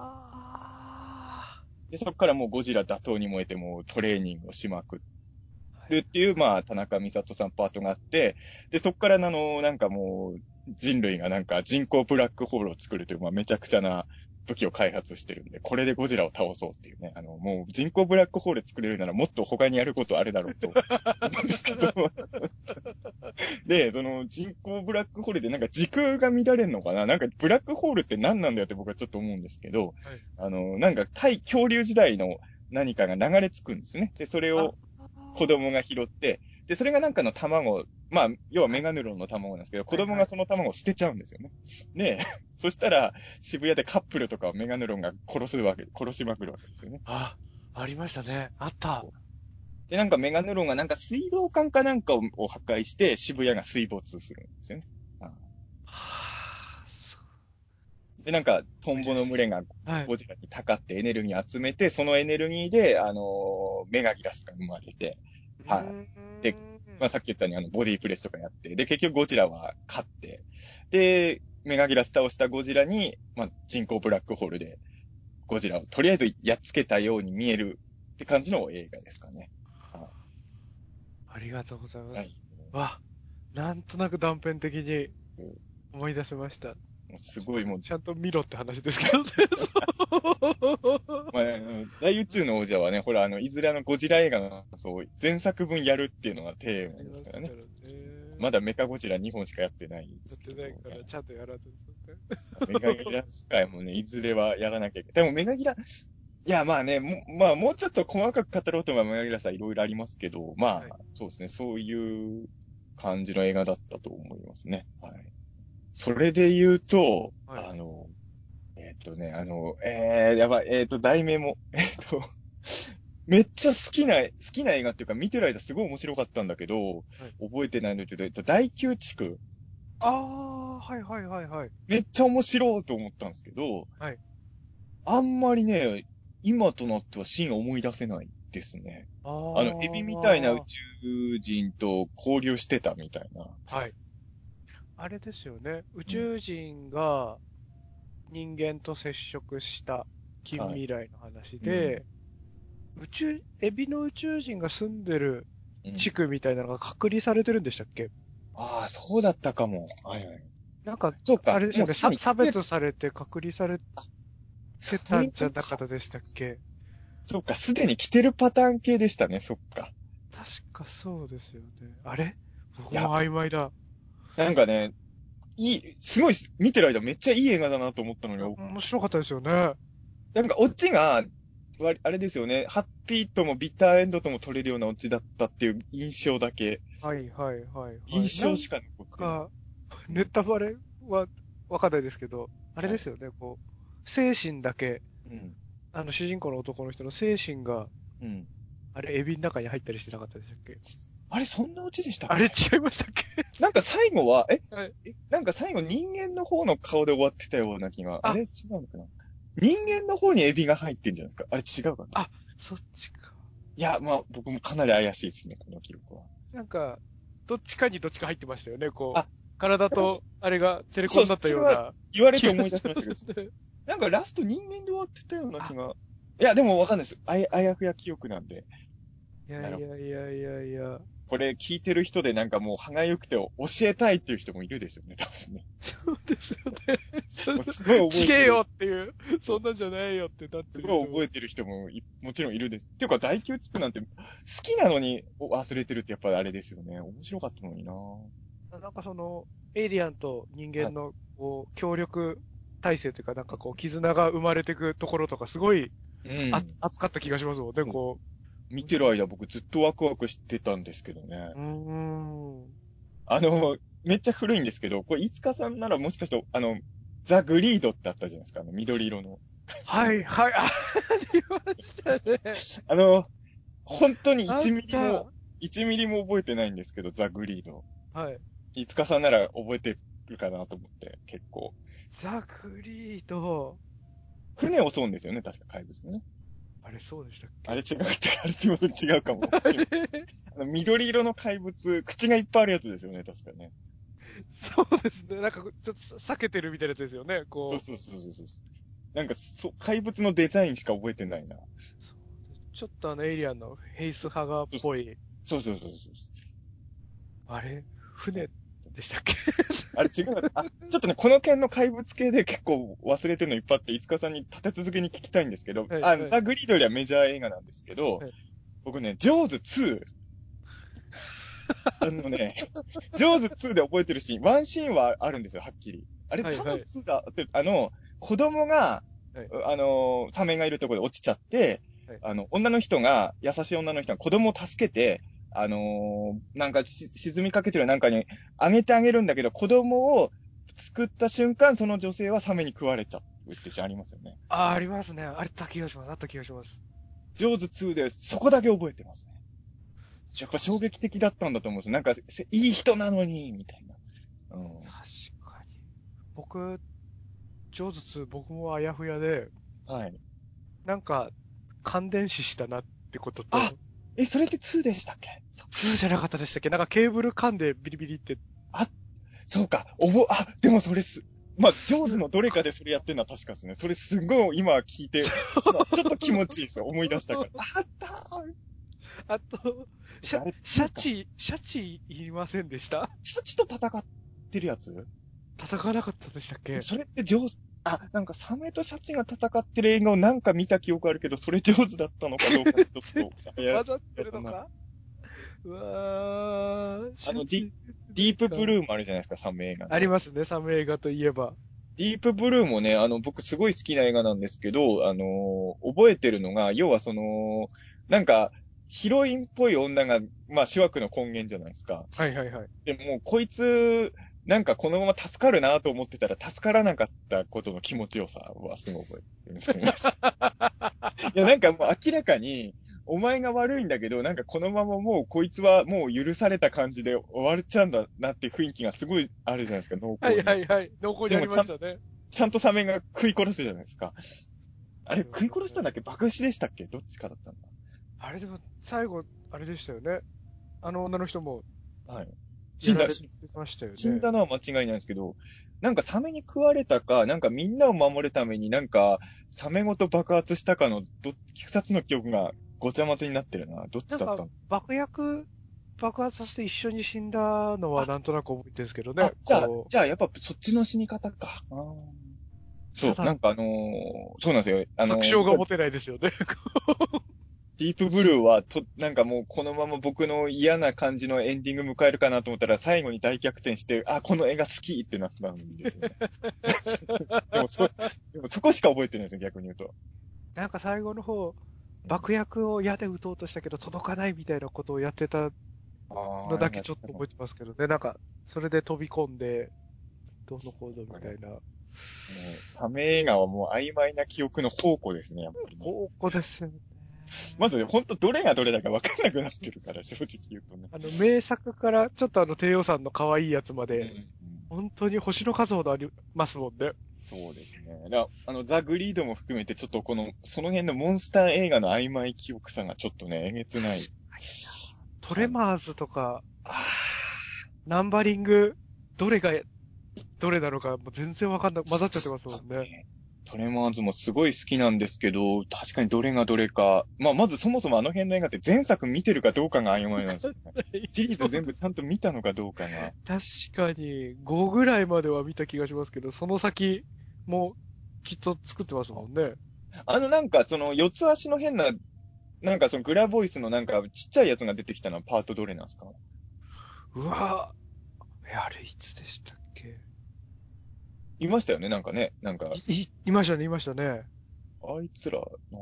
あで、そこからもうゴジラ打倒に燃えてもうトレーニングをしまくー。 るっていう、まあ、田中美里さんパートがあって、で、そこからなんかもう、人類がなんか人工ブラックホールを作るという、まあ、めちゃくちゃな武器を開発してるんで、これでゴジラを倒そうっていうね、もう人工ブラックホール作れるならもっと他にやることあるだろうと思うんですけど、で、その人工ブラックホールでなんか時空が乱れるのかな、なんかブラックホールって何なんだよって僕はちょっと思うんですけど、 はい。 なんか対恐竜時代の何かが流れ着くんですね。で、それを子供が拾って、で、それがなんかの卵、まあ、要はメガネロンの卵なんですけど、子供がその卵を捨てちゃうんですよね。で、そしたら、渋谷でカップルとかをメガネロンが殺しまくるわけですよね。 ありましたね。あった。 で、なんかメガネロンがなんか水道管かなんかを破壊して渋谷が水没するんですよね。 そで、なんか、トう。 ンボの群れがはい。 ゴジラにたかってエネルギー集めて、そのエネルギーで、メガギラスが生まれて、 うはい。で、まあ、さっき言ったようにボディープレスとかやって、で、結局ゴジラは勝って、で、メガギラス倒したゴジラに、まあ、人工ブラックホールでゴジラをとりあえずやっつけたように見えるって感じの映画ですかね。はありがとうございまい。はす。 い。 なんとなく断片的にも思い出せました。 うすごいもう、 ちゃんと見ろって話ですけどね。 まあ、大宇宙の王者はね、ほら、いずれゴジラ映画の、そう、前作分やるっていうのがテーマありですからね。 ますからね。 まだメカゴジラ2本しかやってないんでやっすけど、 てないから、ちゃんとやらんとですメガギラス界もね、いずれはやらなきゃいけない。でもメガギラ、いや、まあね、もうちょっと細かく語ろうと思えばメガギラスはいろいろありますけど、まはい。 あ、そうですね、そういう感じの映画だったと思いますね。はい。それで言うと、 はい。 やばい、題名も、めっちゃ好きな映画っていうか、見てる間すごい面白かったんだけど、 はい。 覚えてないので言うと、第9地区、 はいはいはいはい。 めっちゃ面白いと思ったんですけど、 はい。 あんまりね、今となってはシーン思い出せないですね。エビみたいな宇あ宙人と交流してたみたいな。 はい。あれですよね。宇うん。 宙人が人間と接触した近はい。 未来の話うん。 で、 エビの宇宙人が住んでるうん地区みたいなのが隔離されてるんでしたっけ？ ああ、そうだったかも。はいはい。 なんか、 そうか。 あれですよね、 もうすでに差別されて隔離されてそれたんじゃなかったでしたっけ？ そうか、すでに来てるパターン系でしたね、そっか。 確かそうですよね。あれ僕いや、 も曖昧だ。 なんかね、すごい、見てる間めっちゃいい映画だなと思ったのに、 面白かったですよね。 なんかオチが、あれですよね、ハッピーともビターエンドとも取れるようなオチだったっていう印象だけ、 はいはいはいはい。 印象しか残ってない。 か、ネタバレはわかんないですけど、あれですよね、こう、精神だけ、 うん。 主人公の男の人の精神が、 うん。 あれ、エビの中に入ったりしてなかったでしたっけ？ あれ、そんなオチでしたっあれ、 け？ 違いましたっけ？ なんか最後は、 はい。 なんか最後人間の方の顔で終わってたような気が、ああ、 れ違うのかな？人間の方にエビが入ってんじゃないですか？あれ違うかな？ あ、そっちか。 いや、まあ、僕もかなり怪しいですね、この記録は。 なんか、どっちかにどっちか入ってましたよね、こあ、 う。体と、あれが、セレコそう、 ンだったそれはような言われて思い気がし出しましたけど、 ますね。 なんかラスト人間で終わってたような気あ、 が。いや、でもわかんないです。あやふや記憶なんで。 いやいなるほど。 やいやいやいや。 これ聞いてる人でなんかもう歯がゆくて教えたいっていう人もいるでしょうね、多分ね。 そうですよね。そんな、 もうすごい覚ちげええてる。 よっていう、そんなんじゃないよってなっすてる人も。 ごい覚えてる人ももちろんいるです。っていうか、大宮地区なんて好きなのに忘れてるってやっぱりあれですよね。面白かったのにな。 なんかその、エイリアンと人はい。 間の、こう、協力体制というか、なんかこう、絆が生まれていくところとか、すごいうん。 熱かった気がしますもんね、 そうこう。 見面白かってる間僕ずっとワクワクしてたんですけどね。 た。ん。 めっちゃ古いんですけど、これ、いつかさんならもしかして、ザ・グリードってあったじゃないですか、緑色の。 はいはい、ありましたね。 あの、本当にあっ 1ミリも、 た。 1ミリも覚えてないんですけど、ザ・グリード。 はい。 いつかさんなら覚えてるかなと思って、結構。 ザ・クリード。 船を襲うんですよね、確か怪物ね。 あれ、そうでしたっけ？ あれ違かったか、あれすいません、違うかも。 あれ緑色の怪物、口がいっぱいあるやつですよね、確かね。 そうですね。なんか、ちょっと避けてるみたいなやつですよね。こそうそうそうそうそう。なんか、怪物のデザインしか覚えてないな。 う。ちょっとエイリアンのフェイスハガーっそうぽい、 そうそうそうそう。 あれ船でしたっけ？ あれ違うかった。ちょっとね、この件の怪物系で結構忘れてるのいっぱいあって、いつかさんに立て続けに聞きたいんですけど、 はい、はい、 ザ・グリードよりはメジャー映画なんですけど、 はい。 僕ね、ジョーズ2、あのね、ジョーズ2で覚えてるシーン、ワンシーンはあるんですよ、はっきり。あれはい、 多分はい。 2だって、子供が、 はい、 サメがいるところで落ちちゃって、 はい。 女の人が、優しい女の人が子供を助けて、なんか沈みかけてるなんかにあげてあげるんだけど、子供を救った瞬間、その女性はサメに食われちゃうってシーンありますよね。 ありますね。あった気がします。あった気がします。 ジョーズ2でそこだけ覚えてますね。やっぱ衝上手。 撃的だったんだと思うんですよ。なんか、いい人なのに、みたいな。うん。 確かに。僕、ジョーズ2、僕もあやふやで、 はい。 なんか、感電死したなってことあ、 と、 それって2でしたっけ？そっか。 2じゃなかったでしたっけ？なんかケーブル噛んでビリビリって、 あ、そうか。でもそれまあ、ジョーズすのどれかでそれやってるのは確かですね。それすごい今聞いて、今ちょっと気持ちいいですよ。思い出したから。あったー。 あと、 あれ2か。 シャチ言いませんでした？ シャチと戦ってるやつ？ 戦わなかったでしたっけ？ それってなんかサメとシャチが戦ってる映画をなんか見た記憶あるけど、それ上手だったのかどうかちょっ全と、 然混ざってるのか？うわー、シャデチィープブか。 ルーもあるじゃないですか、サメ映画の。 ありますね、サム映画といえば。 ディープブルーもね、僕すごい好きな映画なんですけど、覚えてるのが、要はなんか、ヒロインっぽい女が、まあ、主役の根源じゃないですか。 はいはいはい。 でも、こいつ、なんかこのまま助かるなと思ってたら、助からなかったことの気持ちよさはすごい覚えてるんですけどね。いや、なんかもう明らかに、お前が悪いんだけど、なんかこのままもうこいつはもう許された感じで終わっちゃうんだなっていう雰囲気がすごいあるじゃないですか、濃はい厚に。 はいはい。濃厚にありでもましたね。 ちゃんとサメが食い殺すじゃないですか。あれ、 あります食い殺したんだっけ？爆死でしたっけ？どっちかだったんあれでも、最後、あれでしたよね。あの女の人もだ。はい。死んだ、 やられてましたよ死んね。 だのは間違いないんですけど、なんかサメに食われたか、なんかみんなを守るためになんかサメごと爆発したかの二つの記憶がごちゃ混ぜになってるな。どっちなんかだったの？ 爆発させて一緒に死んだのはなんとなく覚えてるんですけどね。 じゃあやっぱそっちの死に方か。そう、 ただなんかそうなんですよ。 確証が持てないですよね。 ディープブルーは、なんかもうこのまま僕の嫌な感じのエンディング迎えるかなと思ったら、最後に大逆転して、この映画好きってなったんですよね。でもそこしか覚えてないですね、逆に言うと。 なんか最後の方、爆薬を矢で撃とうとしたけど届かないみたいなことをやってたのだけちょっと覚えてますけどね。なんか、それで飛び込んで、どうのこうのみたいな。 サメ映画はもう曖昧な記憶の宝庫ですね、やっぱりね。 宝庫ですよね。 まずね、ほんとどれがどれだか分かんなくなってるから、正直言うとね。 名作からちょっと低予算の可愛いやつまで、 うん本当に星の数ほどありますもんね。 そうですね。ザ・グリードも含めて、ちょっとその辺のモンスター映画の曖昧記憶さがちょっとね、えげつない。 トレマーズとか、 あナンバリング、どれがどれなのかもう全然わかんなく、混ざっちゃってますもんね。 トレマーズもすごい好きなんですけど、確かにどれがどれか。まずそもそもあの辺の映画って前作見てるかどうかが曖昧なんですよね。シリーズ全部ちゃんと見たのかどうかが。 確かに、5ぐらいまでは見た気がしますけど、その先もきっと作ってますもんね。 なんか四つ足の変な、なんかグラボイスのなんかちっちゃいやつが出てきたのはパートどれなんですか？ うわぁ、あれいつでしたっけ？ いましたよね、なんかね。なんか、 いましたね、いましたね。 あいつら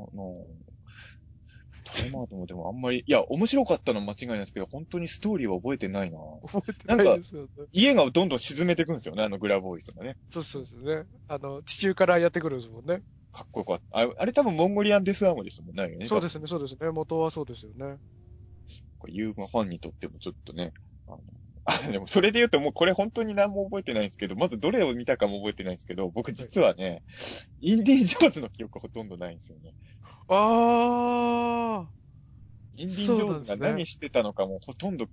トレマーズもでもあんまり、いや、面白かったのは間違いないですけど、本当にストーリーは覚えてないな。 覚えてないですよね。 家がどんどん沈めていくんですよね、グラボイスがね。 そうですね。地中からやってくるんですもんね。 かっこよかった。あれ多分モンゴリアンデスアームですもんね。 そうですね、そうですね。元はそうですよね。 これユーマファンにとってもちょっとね。でもそれで言うともうこれ本当に何も覚えてないんですけど、まずどれを見たかも覚えてないんですけど、僕実はね、インディ・ジョーンズの記憶ほとんどないんですよね。 あインディ・ジそうョーンズがなんですね。 何してたのかもほとんど、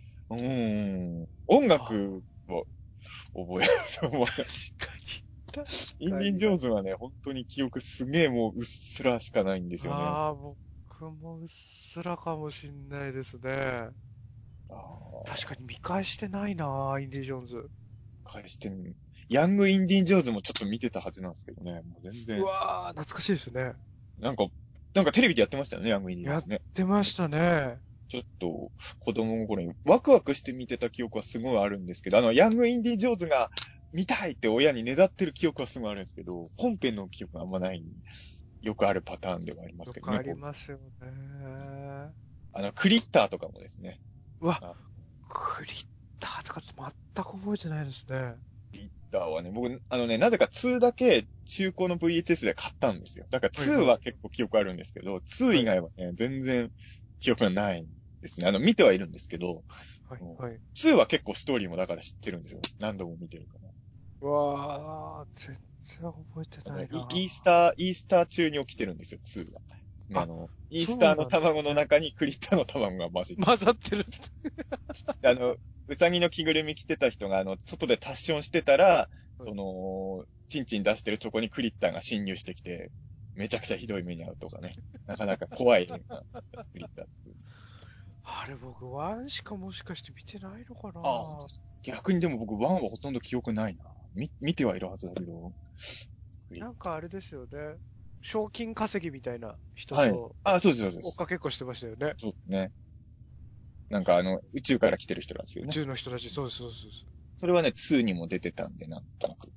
音楽を覚えると思う。 確かに。 インディ・ジョーンズはね、本当に記憶すげえもううっすらしかないんですよね。 僕もうっすらかもしんないですね。確かに見返してないなインディ・ジョーンズ。 返してみヤング・インディ・ジョーンズもちょっと見てたはずなんですけどね。もう全然。 うわー、懐かしいですね。 なんか、なんかテレビでやってましたよね、ヤング・インディ・ジョーやっンズね。 てましたね。 ちょっと、子供の頃にワクワクして見てた記憶はすごいあるんですけど、ヤング・インディ・ジョーンズが見たいって親にねだってる記憶はすごいあるんですけど、本編の記憶があんまない、よくあるパターンではありますけどね。 よくありますよね。 クリッターとかもですね。 うわ、 あクリッターとか全く覚えてないですね。 クリッターはね、僕、なぜか2だけ中古の VHS で買ったんですよ。だから2 はいはい。 は結構記憶あるんですけど、2 はい。 以外はね、全然記憶がないんですね。見てはいるんですけど、 はい。はい。 2は結構ストーリーもだから知ってるんですよ。何度も見てるから。 うわー、全然覚えてないなイースター中に起きてるんですよ、2は。 あ、 イースターのそうなんです卵のね。 中にクリッターの卵が混じって混ざってる。 でうさぎの着ぐるみ着てた人が、外でタッションしてたら、 はいチンチン出してるとこにクリッターが侵入してきて、めちゃくちゃひどい目に遭うとかね。なかなか怖い映画、クリッター2。 あれ僕、ワンしかもしかして見てないのかなああ、逆にでも僕、1はほとんど記憶ないな。見てはいるはずだけど。クリッなんかあれですよね。賞金稼ぎみたいな人はい。 とそうです、そうです。 追っかけっこしてましたよね。 そうですね。なんか宇宙から来てる人なんですよ宇ね。 宙の人たち、そうです、そうです。そうです。 それはね、2にも出てたんで、なんとなく。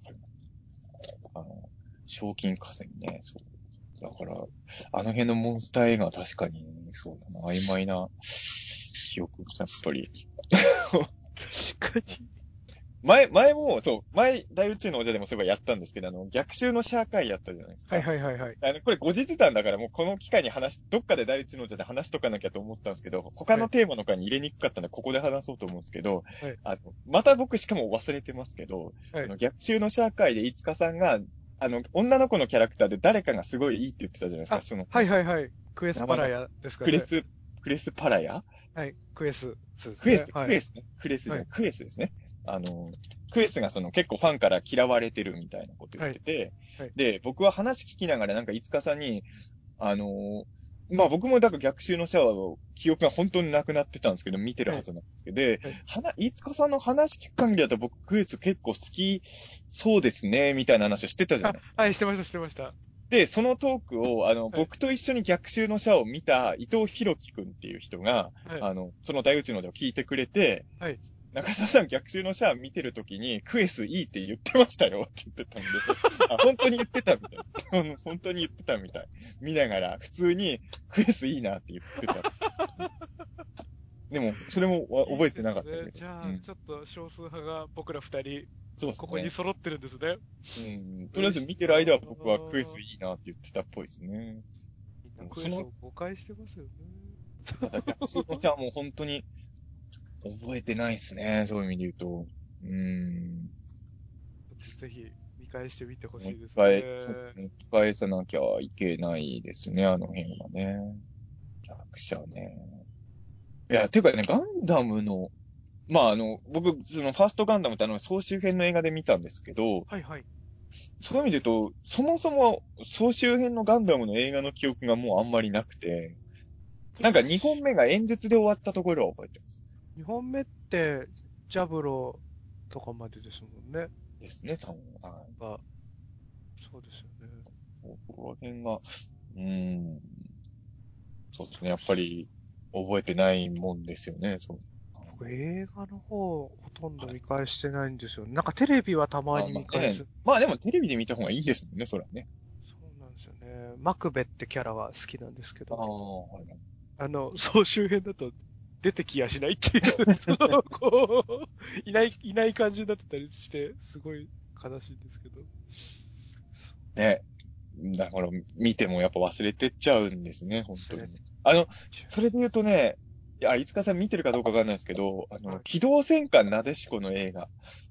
賞金稼ぎね、そう。だから、あの辺のモンスター映画は確かに、そうだな、曖昧な記憶がやっぱり。 確かに。 前も、そう、大宇宙の王者でもそういえばやったんですけど、逆襲のシャー会やったじゃないですはいか。 はいはいはい。 これ後日談だからもうこの機会にどっかで大宇宙の王者で話しとかなきゃと思ったんですけど、他のテーマの回に入れにくかったので、ここで話そうと思うんですけど、 はい。 また僕しかも忘れてますけど、 はい。 逆襲のシャー会でいつかさんが、女の子のキャラクターで誰かがすごいいいって言ってたじゃないですか、 はいはいはい。クエス名前が、 パラヤですかね。 クレスパラヤはい。クエス、そうですね。はい。 クレスじゃない、 はい。 クエスですね。クエスが結構ファンから嫌われてるみたいなこと言はい。 ってて、 はい。 で、僕は話聞きながらなんかいつかさんに、あの、 まあ僕もだから逆襲のシャワーの記憶が本当になくなってたんですけど、見てるはずなんですけど、で、飯塚さんの話聞く限りだと僕クエス結構好きそうですね、みたいな話をしてたじゃないですか。 はい、してました、してました。 で、そのトークを、僕と一緒に逆襲のシャワーを見た伊藤博樹くんっていう人が、 はい。 その大宇宙の王者を聞いてくれて、 はい。 中澤さん逆襲のシャワー見てるときに、クエスいいって言ってましたよって言ってたんで、本当に言ってたみたい。本当に言ってたみたい。見ながら、普通にクエスいいなって言ってた。でも、それも覚えてなかったけど。 いいですね。じゃあ、ちょっと少数派が僕ら二人、 そうですね。 ここに揃ってるんですね。 とりあえず見てる間は僕はクエスいいなって言ってたっぽいですね。 みんなクエスを誤解してますよね。 ただ逆襲のシャワーも本当に覚えてないですね。そういう意味で言うと。 ぜひ見返してみてほしいですそうでね。 すね。返さなきゃいけないですね、あの辺はね。逆者ね。いや、ていうかね、ガンダムの、まあ僕、そのファーストガンダムって総集編の映画で見たんですけど、 はいはい。 そういう意味で言うと、そもそも総集編のガンダムの映画の記憶がもうあんまりなくて、なんか2本目が演説で終わったところは覚えてます。 2本目って、ジャブロとかまでですもんね。 ですね、多分。はい。 そうですよね。 ここら辺が、うーん、そうですね、やっぱり覚えてないもんですよね、そう。 僕、映画の方、ほとんど見返してないんですよね。なんかテレビはたまにまあね。 見返す。 まあでもテレビで見た方がいいですもんね、そらね。 そうなんですよね。マクベってキャラは好きなんですけああ、 ど、 はいはい。 総集編だと出てきやしないっていう、いない感じになってたりして、すごい悲しいんですけど。 ね。だから見てもやっぱ忘れてっちゃうんですね、本当忘れに。 ちゃそれで言うとね、いや、いつかさん見てるかどうかわかんないですけど、 う。はい。 機動戦艦なでしこの映画。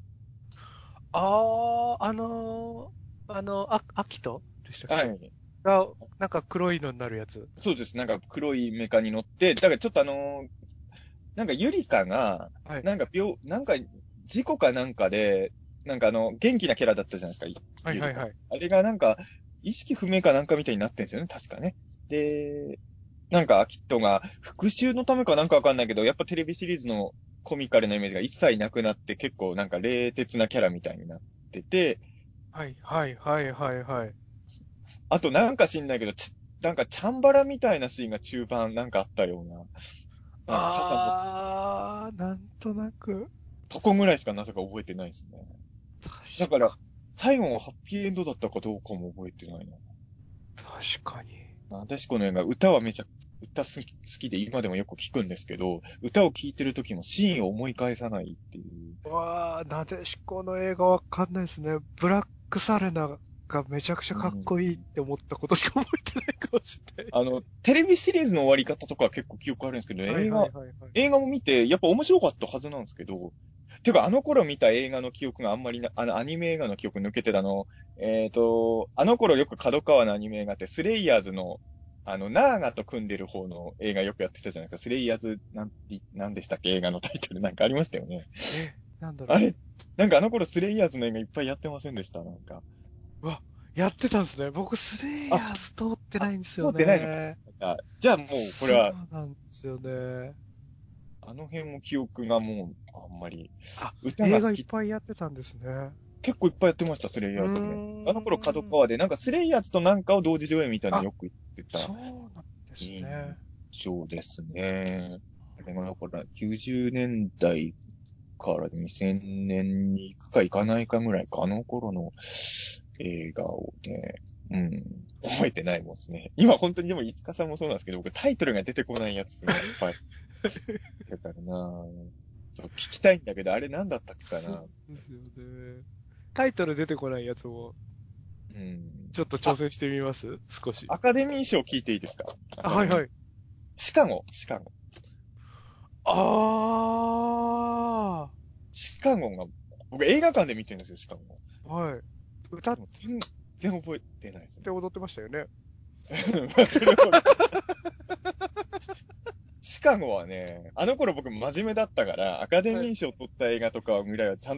アキトでしたっけはい。 が、なんか黒いのになるやつ。 そうです。なんか黒いメカに乗って、だからちょっとなんかゆりかが、 はい。 なんか事故かなんかで、なんか元気なキャラだったじゃないですか、ゆりか。 はいはいはい。 あれがなんか、意識不明かなんかみたいになってんですよね、確かね。で、なんか、アキットが復讐のためかなんかわかんないけど、やっぱテレビシリーズのコミカルなイメージが一切なくなって、結構なんか冷徹なキャラみたいになってて、 はいはいはいはいはい。 あとなんか知んないけど、なんかチャンバラみたいなシーンが中盤なんかあったような、なんか傘のなんとなく、 とこぐらいしかなぜか覚えてないですね。 確だから、 か、 最後はハッピーエンドだったかどうかも覚えてないな。 確かに。 なでしこの映画、歌はめちゃ、歌好きで今でもよく聞くんですけど、歌を聴いてる時もシーンを思い返さないっていう。 なでしこの映画わかんないですね。ブラックサレナがめちゃくちゃかっこいいって思ったことしか覚えてないかもしれない。 テレビシリーズの終わり方とかは結構記憶あるんですけど、 はいはいはいはい。 映画も見て、やっぱ面白かったはずなんですけど、てかあの頃見た映画の記憶があんまりな、アニメ映画の記憶抜けてたあの頃よく角川のアニメ映画って、スレイヤーズの、ナーガと組んでる方の映画よくやってたじゃないですか。スレイヤーズ、なんでしたっけ映画のタイトルなんかありましたよね。 なんだろあれ、なんかあの頃スレイヤーズの映画いっぱいやってませんでしたなんか。 う。やってたんですね。僕、スレイあ、 ヤーズ通ってないんですよ通ってないのか。 ね。 じゃあもう、これそうは、 なんですよね。 あの辺も記憶がもう、あんまり、 あ、映画いっ歌が好き、 ぱいやってたんですね。 結構いっぱいやってました、スレイうーヤーズね。あの頃角ん。 川で、なんかスレイヤーズとなんかを同時上映みたいなのあ、 よく言ってたそうなんです印ね。 象ですね。あれがだから90年代から2000年に行くか行かないかぐらいか、あの頃の映画をね、覚えてないもんですね。今本当にでも、いつかさんもそうなんですけど、僕タイトルが出てこないやつがいっぱい。だからなぁ。そう聞きたいんだけど、あれ何だったっけかそうな。 ですよね。タイトル出てこないやつも、 うん。 ちょっと挑戦してみます少し。 アカデミー賞聞いていいですか？アカデミー。 はいはい。 シカゴ。 あシカゴが、僕映画館で見てるんですよ、シカゴ。 はい。歌っでも全然覚えてないですね。 て踊ってましたよね。 まあ、それはシカゴはね、あの頃僕真面目だったから、アカデはい。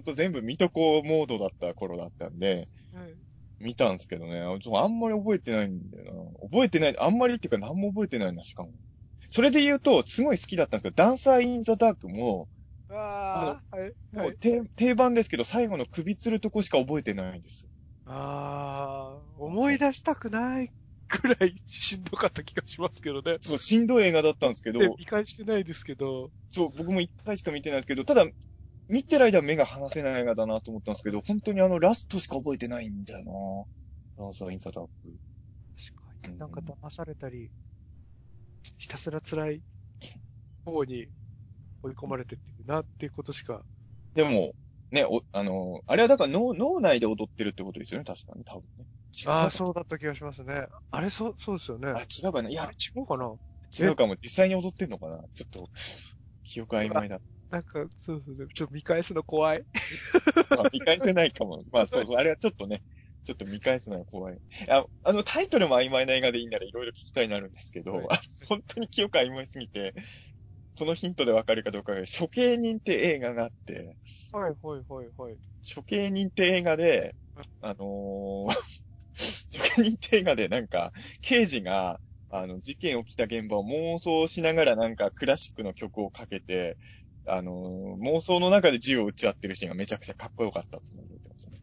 ミー賞取った映画とかぐらいはちゃんと全部見とこうモードだった頃だったんで、 はい。 見たんですけどね、あんまり覚えてないんだよな。覚えてない、あんまりっていうか何も覚えてないな、しかも。それで言うと、すごい好きだったんですけど、ダンサー・イン・ザ・ダークも、 ああ、はい、はい。 もう定番ですけど、最後の首吊るとこしか覚えてないんですよ。 ああ、思い出したくないくらいしんどかった気がしますけどね。 そう、しんどい映画だったんですけで、 ど、 見返してないですけど。 そう、僕も一回しか見てないですけど、ただ、見てる間は目が離せない映画だなと思ったんですけど、本当にラストしか覚えてないんだよな。ダンサー・イン・ザ・ダーク。 確かに。なんかうん、 騙されたり、ひたすら辛い方に追い込まれてってるなっていうことしか。 でも、ね、あれはだから脳内で踊ってるってことですよね、確かに、多分ね。違ああ、 うか。 そうだった気がしますね。あれ、そうですよね。 あれ違うかな。いや、 あれ違うかな。え、 違うかも。実際に踊ってんのかな。ちょっと、記憶曖うわ、 昧だ。 なんか、そうですね。ちょっと見返すの怖い。 まあ、見返せないかも。まあ、そうそう。あれはちょっとね、ちょっと見返すのは怖い。タイトルも曖昧な映画でいいならいろいろ聞きたいなるんですけど、 はい。 本当に記憶曖昧すぎて、このヒントでわかるかどうかが、処刑人って映画があって、 はい、はい、はい、はい。 処刑人って映画で、あのー処刑人って映画でなんか、刑事が、事件起きた現場を妄想しながらなんかクラシックの曲をかけて、妄想の中で銃を撃ち合ってるシーンがめちゃくちゃかっこよかったっていうのを覚えてますね。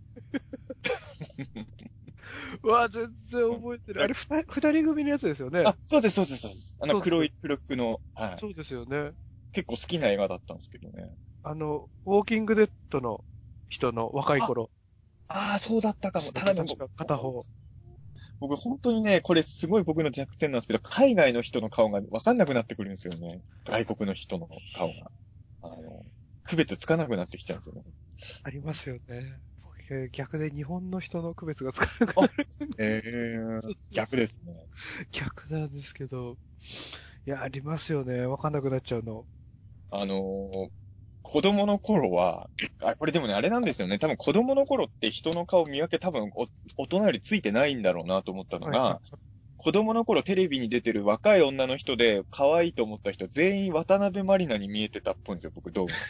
うわ、全然うん。 覚えてる。あれ、二人組のやつですよね。 あ、そうです、そうです、そうです。 そうですよ。 黒い、黒服の、はい。 そうですよね。 結構好きな映画だったんですけどね。 ウォーキングデッドの人の若いあ、 頃そうだったかも。 でしたっただね、 け確か、片方。 僕本当にね、これすごい僕の弱点なんですけど、海外の人の顔がわかんなくなってくるんですよね。外国の人の顔が。区別つかなくなってきちゃうんですよね。 ありますよね。僕逆で日本の人の区別がつかなくなあ、 る。そうそうそう。 逆ですね。 逆なんですけど。いや、ありますよね。わかんなくなっちゃうの。 あのー子供の頃は、これでもね、あれなんですよね。多分子供の頃って人の顔見分け多分大人よりついてないんだろうなと思ったのはいはい。 が、子供の頃テレビに出てる若い女の人で可愛いと思った人全員渡辺満里奈に見えてたっぽいんですよ、僕どうも。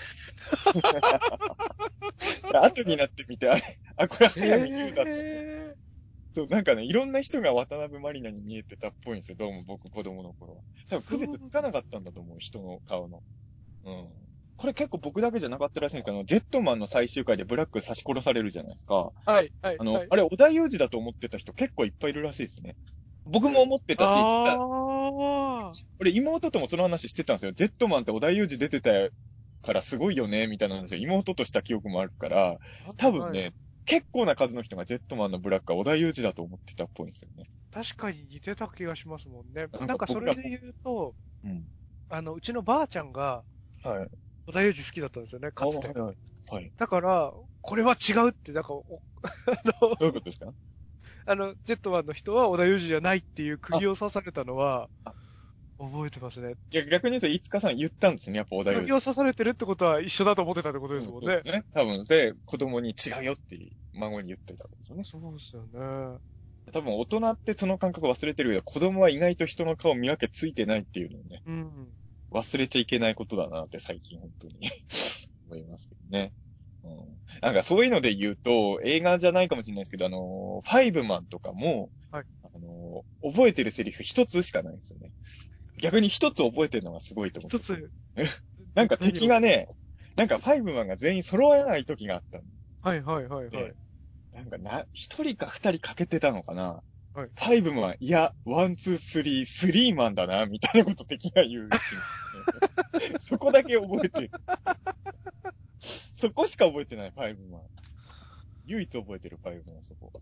後になってみて、これへ早見優だったんだ。 え。 そう、なんかね、いろんな人が渡辺満里奈に見えてたっぽいんですよ、どうも僕子供の頃は。多分区別つかなかったんだと思う、人の顔の。うん。これ結構僕だけじゃなかったらしいんですけど、ジェットマンの最終回でブラック刺し殺されるじゃないですか。 はい、はい、はい。 あれ、織田裕二だと思ってた人結構いっぱいいるらしいですね。僕も思ってたし、実は、 ああ。 俺妹ともその話してたんですよ。ジェットマンって織田裕二出てたからすごいよね、みたいな話を妹とした記憶もあるから、 はい、はい。 多分ね、結構な数の人がジェットマンのブラックは織田裕二だと思ってたっぽいんですよね。 確かに似てた気がしますもんね。 なんなんかそか僕らも、 れで言うと、 うん。 うちのばあちゃんがはい。 織田裕二好きだったんですよね、かつて。 はいはい。はい。 だから、これは違うって、なんか、 どういうことですか？ ジェットマンの人は織田裕二じゃないっていうあ、 釘を刺されたのはあ、 覚えてますね。 逆に言うと、いつかさん言ったんですね、やっぱ織田裕二。 釘を刺されてるってことは一緒だと思ってたってことでうん、 すもんね。 そうですね。多分、で、子供に違うよって孫に言ってたわけですよね。 そうですよね。 多分、大人ってその感覚忘れてるけど、子供は意外と人の顔見分けついてないっていうのをね、 うん。 忘れちゃいけないことだなって最近本当に思いますけどね。うん、なんかそういうので言うと、映画じゃないかもしれないですけど、ファイブマンとかも、 はい。 覚えてるセリフ一つしかないんですよね。逆に一つ覚えてるのがすごいと思ってて。 一つ、 なんか何を、 敵がね、なんかファイブマンが全員揃わない時があったんはいはいはいはい。 で、一人か二人欠けてたのかな。 はい。 ファイブマン、いや、ワン、ツー、スリー、スリーマンだな、みたいなこと敵が言うシーン。そこだけ覚えてる。そこしか覚えてない、ファイブマン。唯一覚えてる、ファイブマン、そこ。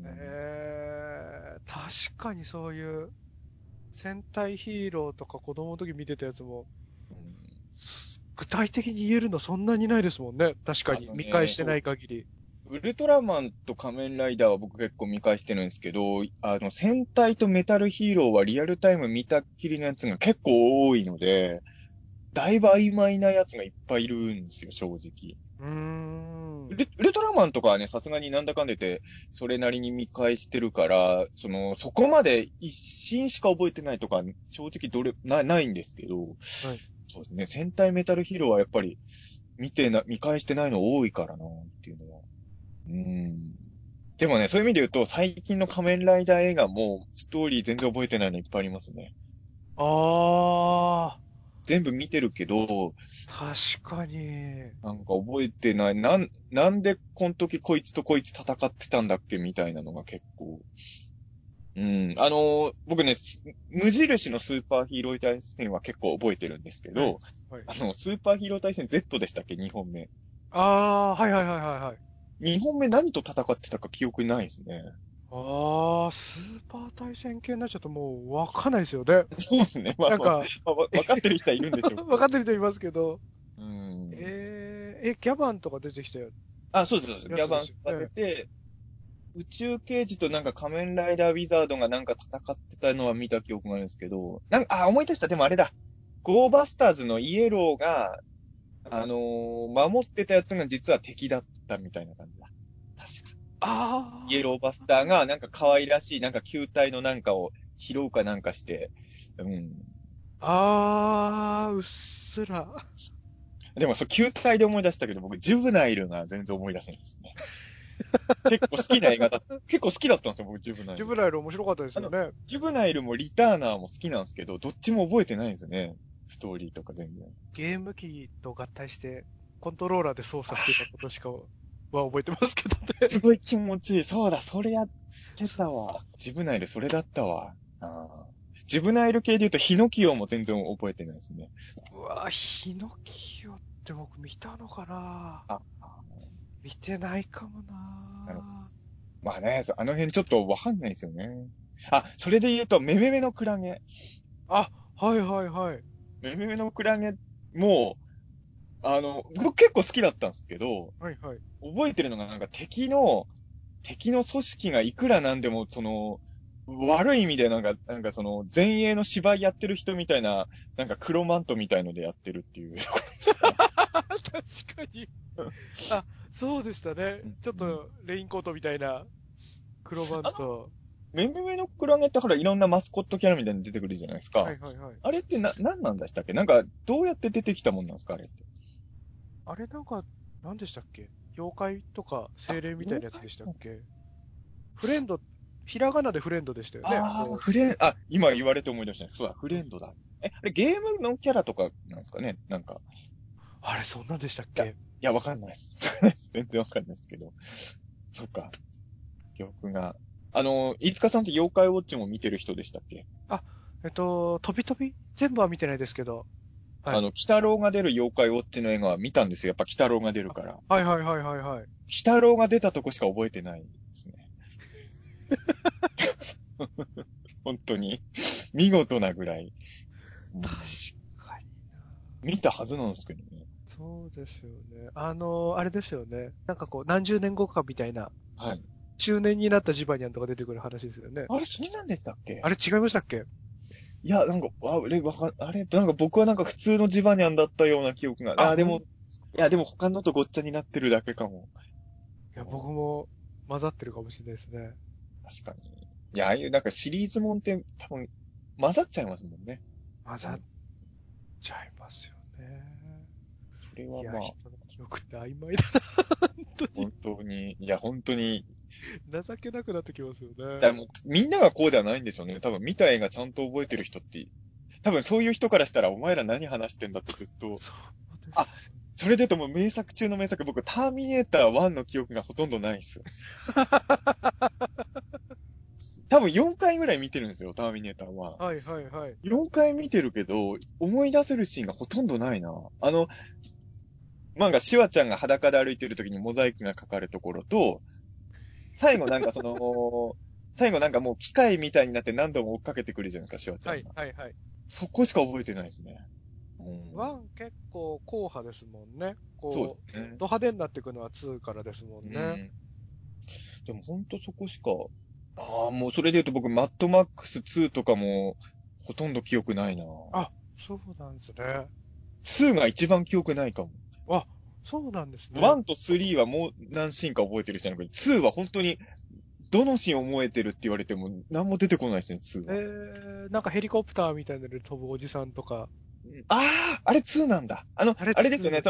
確かにそういう戦隊ヒーローとか子供の時見てたやつも、 うん。 具体的に言えるのそんなにないですもんね。確かに。見返してなそう、 い限り。 ウルトラマンと仮面ライダーは僕結構見返してるんですけど、戦隊とメタルヒーローはリアルタイム見たっきりのやつが結構多いので、だいぶ曖昧なやつがいっぱいいるんですよ、正直。 うーん。 ウルトラマンとかはね、さすがになんだかんだ言って、それなりに見返してるから、そこまで一シしか覚えてないとか、正直ないんですけど、 はい。 そうですね、戦隊メタルヒーローはやっぱり見返してないの多いからな、っていうのは。うーん。 でもね、そういう意味で言うと、最近の仮面ライダー映画も、ストーリー全然覚えてないのいっぱいありますね。 ああ、 全部見てるけど、 確かに。 なんか覚えてない。なんでこの時こいつとこいつ戦ってたんだっけみたいなのが結構。うん。僕ね、無印のスーパーヒーロー対戦は結構覚えてるんですけはい。 ど、 はい。 スーパーヒーロー対戦 Z でしたっけ ?2 本目。 ああ、はいはいはいはいはい。 2本目何と戦ってたか記憶ないですね。 ああ、スーパー対戦系になっちゃうともうわかんないですよね。 そうですね。まあまあ、 なんか、 わかってる人はいるんでしょうけど。 わかってる人いますけど、 うん。 ギャバンとか出てきたやあ、そうです、そうです。ギつでャバンが出すよね。 て、宇宙刑事となんか仮面ライダーウィザードがなんか戦ってたのは見た記憶があるんですけど、思い出した。でもあれだ。ゴーバスターズのイエローが、守ってたやつが実は敵だったみたいな感じだ。確か。イエローバスターがなんか可愛らしいなんか球体のなんかを拾うかなんかして、うん。 うっすら。 でも球体で思い出したけど、僕、ジュブナイルが全然思い出せないですね。結構好きな映画だ、結構好きだったんですよ、僕、ジュブナイル。 ジュブライル面白かったですあの、 よね。 ジュブナイルもリターナーも好きなんですけど、どっちも覚えてないんですよね。ストーリーとか全然。 ゲーム機と合体して、コントローラーで操作してたことしかは覚えてますけどね。 すごい気持ちいい。そうだ、それやってたわ。ジブナイルそれだったわ。ジブナイル系で言うと、ヒノキオも全然覚えてないですね。 うわヒノキオって僕見たのかな。 あ、 見てないかもなるほど。 な。 まあね、あの辺ちょっとわかんないですよね。あ、それで言うと、メメメのクラゲ。 あ、はいはいはい。 メメメのクラゲも、僕結構好きだったんですけど、 はいはい。 覚えてるのがなんか敵の組織がいくらなんでも、悪い意味でなんか前衛の芝居やってる人みたいな、なんか黒マントみたいのでやってるっていう。 確かに。あ、そうでしたね。 うんちょっうん、 とレインコートみたいな黒バンあの、 と。 めめめのクラゲってほら、いろんなマスコットキャラみたいに出てくるじゃないですか。 はいはいはい。 あれってなんなんでしたっけなんか、どうやって出てきたもんなんですかあれって。 あれなんか、何でしたっけ？妖怪とか精霊みたいなやつでしたっけ？フレンド、ひらがなでフレンドでしたよね。 今言われて思い出したね。そうだ、フレンドだ。あれゲームのキャラとかなんですかねなんか。 あれ、そんなんでしたっいや、 け？ わかんないです。全然わかんないですけど。そっか。記憶が。飯塚さんって妖怪ウォッチも見てる人でしたっけ？ あ、飛び飛び全部は見てないですけど。はい。 鬼太郎が出る妖怪ウォッチの映画は見たんですよ。やっぱ鬼太郎が出るあ、 から。 はいはいはいはいはい。 鬼太郎が出たとこしか覚えてないですね。本当に。見事なぐらい。うん、 確かにな。 見たはずなんですけどね。 そうですよね。あれですよね。なんかこう、何十年後かみたいな、 はい。 中年になったジバニャンとか出てくる話ですよね。 あれ、そんなんでしたっけ？ あれ違いましたっけ？ いや、なんか、なんか僕はなんか普通のジバニャンだったような記憶が。 あ、 でも、いや、でも他のとごっちゃになってるだけかも。 いや、 うん、 僕も混ざってるかもしれないですね。 確かに。いや、ああいうなんかシリーズもんって多分混ざっちゃいますもんね。 混ざっうん、 ちゃいますよね。 それはいや、 まあ、 人の記憶って曖昧だな。本当に。 本当に、いや、本当に、 情けなくなってきますよね。 もうみんながこうではないんでしょうね。多分見た映画ちゃんと覚えてる人って、多分そういう人からしたらお前ら何話してんだってずっと。 そうであ、 すよ。 それで言うともう名作中の名作、僕、ターミネーター1の記憶がほとんどないです。多分4回ぐらい見てるんですよ、ターミネーターは。 はいはいはい。 4回見てるけど、思い出せるシーンがほとんどないな。シュワちゃんが裸で歩いてる時にモザイクがかかるところと、最後なんか最後なんかもう機械みたいになって何度も追っかけてくるじゃないですか、シュワちはいゃんが。 はいはい。 そこしか覚えてないですね。うん。 ワン結構硬派ですもんね。 そうでこう、 すね。 ド派手になっていくのは2からですもんね。 うん。でもほんとそこしか、もうそれで言うと僕、マッドマックス2とかも、ほとんど記憶ないな。 あ、そうなんですね。 2が一番記憶ないかも。 あ、そうなんですね。 1と3はもう何シーンか覚えてる人なのに、2は本当に、どのシーン覚えてるって言われても、何も出てこないですね、2は。 なんかヘリコプターみたいなので飛ぶおじさんとか。 あれ2なんだ。 あれあれですよね、 2。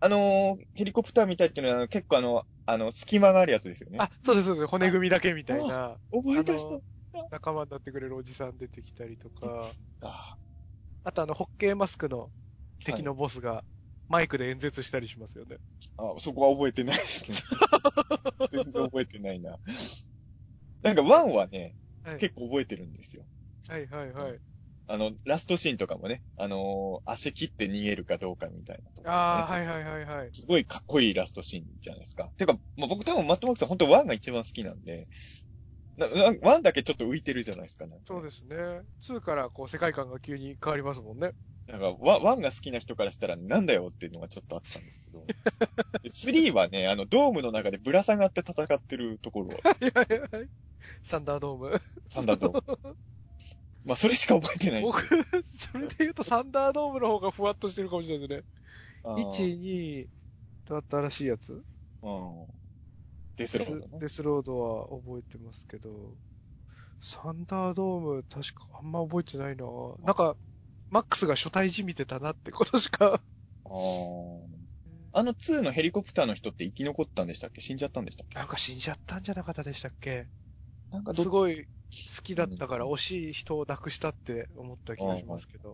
ヘリコプターみたいっていうのは結構隙間があるやつですよね。 あ、そうです、そうです。骨組みだけみたいな。 覚え出した。 仲間になってくれるおじさん出てきたりとか、 ああとホッケーマスクのはい。 敵のボスがマイクで演説したりしますよね。 そこは覚えてないですね。全然覚えてないな。なんかワンはね、 はい。 結構覚えてるんですよ。 はいはいはい。 ラストシーンとかもね、足切って逃げるかどうかみたいなところがね、 ああ、はいはいはいはい。 すごいかっこいいラストシーンじゃないですか。てか、まあ、僕多分マットマックスは本当ワンが一番好きなんで、ワンだけちょっと浮いてるじゃないですか、なんかね。 そうですね。2から世界観が急に変わりますもんね。 なんかワンが好きな人からしたらなんだよっていうのがちょっとあったんですけど、で3はね、ドームの中でぶら下がって戦ってるところ、 はいはいはい。サンダードーム。 なんだと。まあ、それしか覚えてないんです僕、 けど。 それで言うとサンダードームの方がふわっとしてるかもしれないですね。 あ 1、2と新しいやつあ、うん。デスロードね。 デスロードは覚えてますけど、サンダードーム確かあんま覚えてないな。なんか、マックスが初対じみてたなってことしか。 ああ。2のヘリコプターの人って生き残ったんでしたっけ？死んじゃったんでしたっけ？ なんか死んじゃったんじゃなかったでしたっけ？ なんかすごい好きだうんったから惜しい人を亡くしたって思った気がしますけど。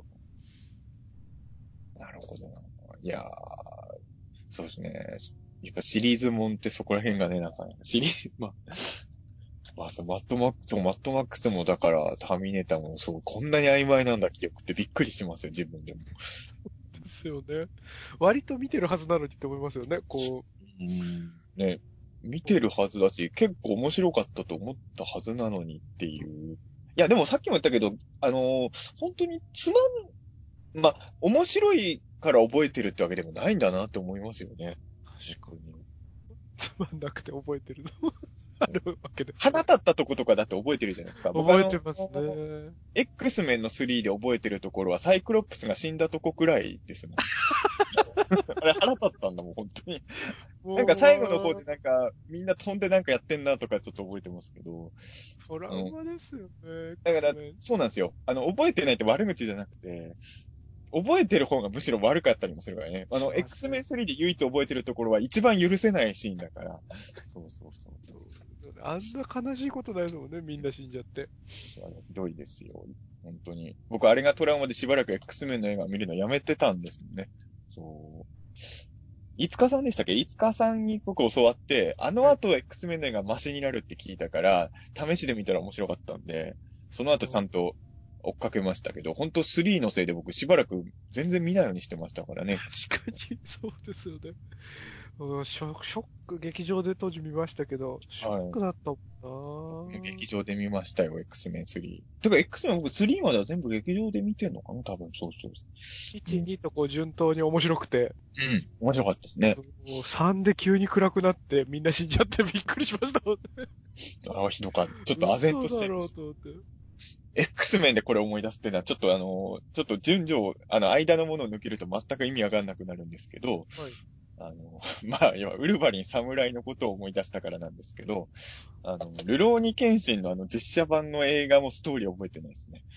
なるほどな。いやー、そうですね。やっぱシリーズもんってそこら辺がね、なんか、シリーズ、そう、マットマックスもだから、ターミネーターもそう、こんなに曖昧なんだ記憶ってびっくりしますよ、自分でも。 ですよね。割と見てるはずなのにって思いますよね。 ね、見てるはずだし、結構面白かったと思ったはずなのにっていう。いや、でもさっきも言ったけど、本当に面白いから覚えてるってわけでもないんだなって思いますよね。本確かに。 当に。 つまんなくて覚えてるのあるわけですね。 腹立ったとことかだって覚えてるじゃないですか。僕覚えてますね。 X メンの3で覚えてるところはサイクロプスが死んだとこくらいですもん。あれ腹立ったんだもん、本当に。なんか最後の方もう、 でなんか、みんな飛んでなんかやってんなとかちょっと覚えてますけど。 トラうん。 ウマですよね、 だから、 X メン。 そうなんですよ。覚えてないって悪口じゃなくて、覚えてる方がむしろ悪かったりもするからね。 します X メンよ。 3で唯一覚えてるところは一番許せないシーンだから。そうそうそう。 そうですよね。あんな悲しいことないですもんね、みんな死んじゃって。 ひどいですよ。本当に。僕、あれがトラウマでしばらく X メンの映画を見るのやめてたんですもんね。そう。いつかさんでしたっけ？いつかさんに僕教わって、あのはい。 後 X メンの映画マシになるって聞いたから、試しで見たら面白かったんで、その後ちゃんと追っかけましたけど、本当3のせいで僕しばらく全然見ないようにしてましたからね。 確かに、そうですよね。ショック、劇場で当時見ましたけど、ショッはい。 クだったもんな劇場で見ましたよ、X メン3。てか、X メン僕3までは全部劇場で見てんのかな？多分、そうそうそう。う 1、 ん。 2と順当に面白くて、 うん。面白かったですね。 もう3で急に暗くなってみんな死んじゃってびっくりしましたもんね。 ああ、ひどかった。ちょっと唖然とし嘘だろうちゃいました。 と思って。 X メンでこれ思い出すっていうのは、ちょっと順序を、間のものを抜けると全く意味わかんなくなるんですけど、 はい。 要は、ウルヴァリン侍のことを思い出したからなんですけど、ルローニケンシンの実写版の映画もストーリー覚えてないですね。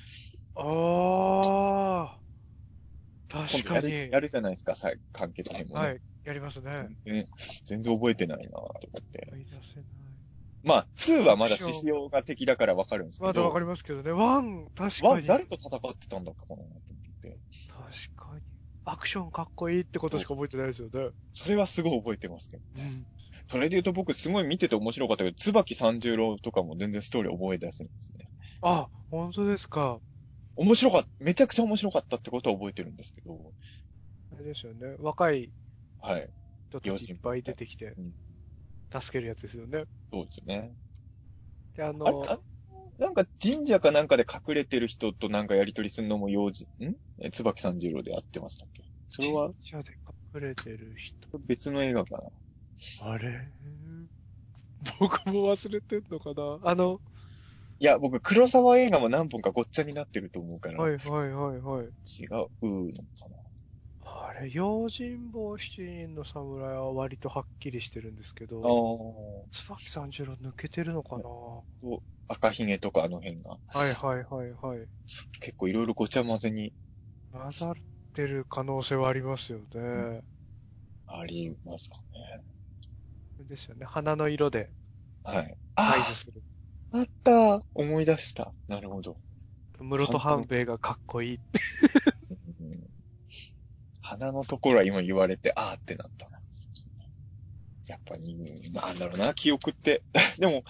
ああ、確今度かに。 やるじゃないですか、完結編もね。 はい。やりますね。 全然、全然覚えてないなと思って。 思い出せない。 まあ、2はアクまだション、 獅子王が敵だからわかるんですけまだわかど、 りますけどね。ワン、確か 1 に。 誰と戦ってたんだったかなと思って。 確かに。アクションかっこいいってことそう。 しか覚えてないですよね。 それはすごい覚えてますけどね。 うん。 それで言うと僕すごい見てて面白かったけど、椿三十郎とかも全然ストーリー覚え出せないですね。 あ、本当ですか。 めちゃくちゃ面白かったってことは覚えてるんですけど、 あれですよね。若いはい。 人た用ちいっぱい心みたい出てきて、 な。うん。 助けるやつですよね。 そうですね。 で、 あれ、なんか神社かなんかで隠れてる人となんかやりとりするのも椿三十郎でやってましたっけ？それ神は社で隠れてる人。 別の映画かな？ あれ僕も忘れてんのかないや、僕黒沢映画も何本かごっちゃになってると思うから、 はいはいはいはい。 違うのかな？ あれ、用心棒七人の侍は割とはっきりしてるんですけあど、 あ。 椿三十郎抜けてるのかなと赤ひげとかあの辺が、 はいはいはいはい。 結構いろいろごちゃ混ぜに、 混ざってる可能性はありますよね。 ありますかね。 ですよね。花の色ではい。 合図する。 あった。思い出した。なるほど。 室戸半兵衛がかっこいい。 うん花のところは今言われて、あーってなったな。やっぱり、なんだろうな、記憶って。でも、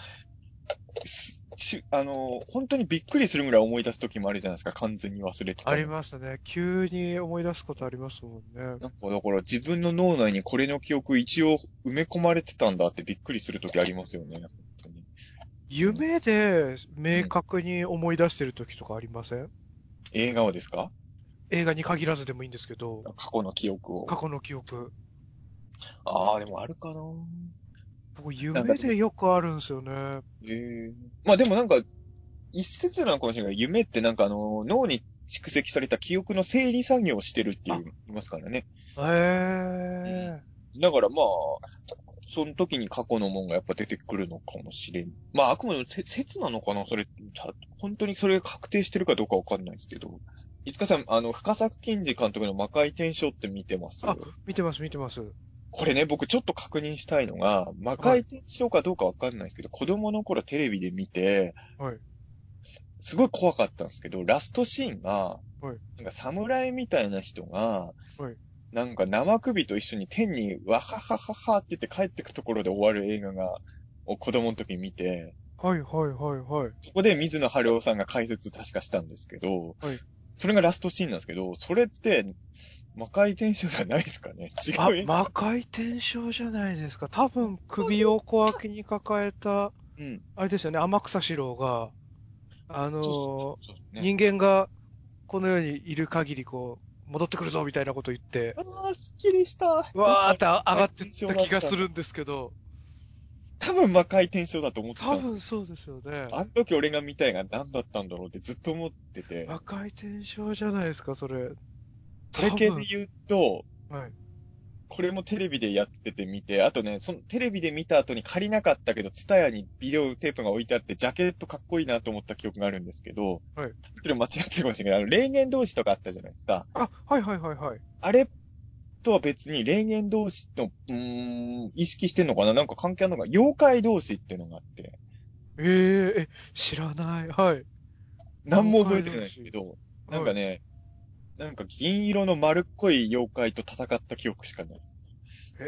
本当にびっくりするぐらい思い出す時もあるじゃないですか。完全に忘れてありたの。 ますね。急に思い出すことありますもんね。 なんかだから自分の脳内にこれの記憶一応埋め込まれてたんだってびっくりする時ありますよね。本当に。 夢で明うん。 確に思い出してる時とかありません？ 映画をですか？ 映画に限らずでもいいんですけど、 過去の記憶を。 過去の記憶。 ああ、でもあるかな。 僕、 なんかでも、 夢でよくあるんですよね。 ええまあでもなんか、一説なのかもしれない。夢ってなんか脳に蓄積された記憶の整理作業をしてるってあ、 言いますからね。うん。 ええだからまあ、その時に過去のもんがやっぱ出てくるのかもしれん。まあ、あくまでも説なのかなそれ、本当にそれが確定してるかどうかわかんないですけど。いつかさん、深作欣二監督の魔界転生って見てます？ あ、見てます、見てます。 これね、僕ちょっと確認したいのが、魔はい、 界転生かどうかわかんないですけど、子供の頃テレビで見て、 はい、 すごい怖かったんですけど、ラストシーンが、 はい、 なんか侍みたいな人が、 はい、 なんか生首と一緒に天にわははははって言って帰ってくところで終わる映画が、を子供の時に見て、 はい、はい、はい、はい。 そこで水野晴郎さんが解説確かしたんですけど、 はい。 それがラストシーンなんですけど、それって魔界転生じゃないですかね？違う映魔画。 界転生じゃないですか。多分、 本首を小脇に抱えた、 当にうん。 あれですよね、天草四郎が、 そうそうそうね。 人間がこの世にいる限り、戻ってくるぞみたいなこと言って、 ああ、すっきりした。やっぱ、 わーって上がってっ回転症た気がだったんだ。 するんですけど、 多分魔界転生だと思ってた多んですけど、 分そうですよね。 あの時俺が見たいが何だったんだろうってずっと思ってて、 魔界転生じゃないですか、それ。 それ多分。 系で言うと、 はい。 これもテレビでやってて見て、あとね、そのテレビで見た後に借りなかったけど、ツタヤにビデオテープが置いてあって、ジャケットかっこいいなと思った記憶があるんですけど、 はい。 それ間違ってるかもしれない。霊言同士とかあったじゃないですか。 あ、はいはいはいはい。 あれとは別に霊言同士の、意識してんのかななんか関係あるのか妖怪同士ってのがあって、 知らない。はい。 何妖も覚えてないですけ怪同士。 ど、なんはい。 かね、なんか銀色の丸っこい妖怪と戦った記憶しかない。 へ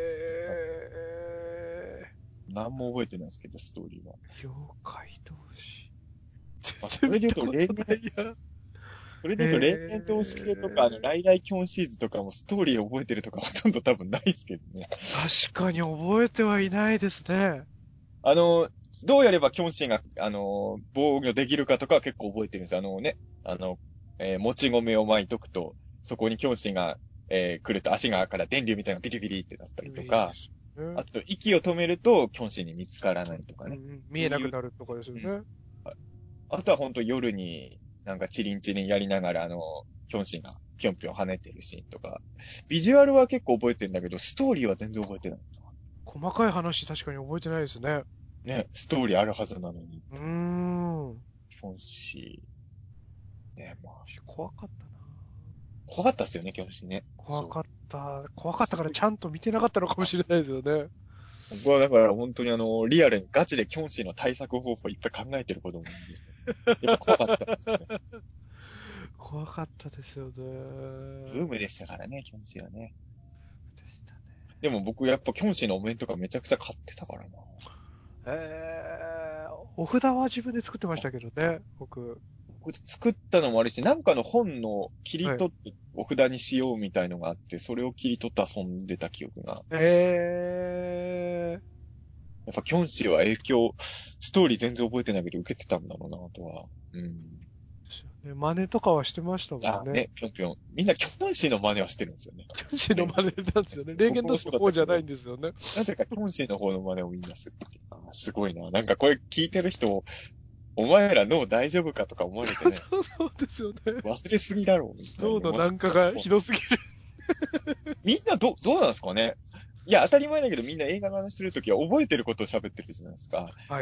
え、 何も覚えてないですけど、ストーリーは。 妖怪同士。 まあ、 全然見たことないや。 それで言うと、霊言同士系とか、 へえ、 ライライキョンシーズとかもストーリー覚えてるとかほとんど多分ないですけどね。 確かに覚えてはいないですね。 あの、どうやればキョンシーが、防御できるかとかは結構覚えてるんです。あの、もち米を巻いとくと、そこにキョンシーが、来ると足がから電流みたいなのがビリビリってなったりとか、 いいですよね。 あと、息を止めると、キョンシーに見つからないとかね。 うんうん、見えなくそういう、 なるとかですようん。 ね。 あとは本当夜になんかチリンチリンやりながらキョンシーがぴょんぴょん跳ねてるシーンとか、ビジュアルは結構覚えてるんだけど、ストーリーは全然覚えてない。 細かい話確かに覚えてないですね。 ね、ストーリーあるはずなのに、 うーん。 キョンシー、ね、まあ、 怖かったな。 怖かったっすよね、キョンシーね。そう。 怖かった。怖かったからすごい。 ちゃんと見てなかったのかもしれないですよね。 僕はだから本当にリアルにガチでキョンシーの対策方法いっぱい考えてる子供なんですよ。やっぱ怖かったんですよね。 怖かったですよね。 ブームでしたからね、キョンシーはね。 でしたね。 でも僕やっぱキョンシーのお面とかめちゃくちゃ買ってたからな。 お札は自分で作ってましたけどね、僕。 これ作ったのもあるし、なんかの本の切りはい。 取ってお札にしようみたいのがあって、それを切り取って遊んでた記憶が。 えやっぱキョンシーは影響、ストーリー全然覚えてないけど受けてたんだろうな、とは。うん。 ですよね。真似とかはしてましたもんね。 ね、ぴょんぴょん。みんなキョンシーの真似はしてるんですよね。 女子の真似なんですよね。霊言同士僕もそうだったけど、 の方じゃないんですよね。 なぜかキョンシーの方の真似をみんなするっていう。すごいな。なんかこれ聞いてる人、お前ら脳大丈夫かとか思われてね、 そうですよね。 忘れすぎだろう、みたい脳のに思軟化がひどすぎる。 みんなどうなんですかね？いや、当たり前だけどみんな映画の話するときは覚えてることを喋ってるじゃないですか。 はい。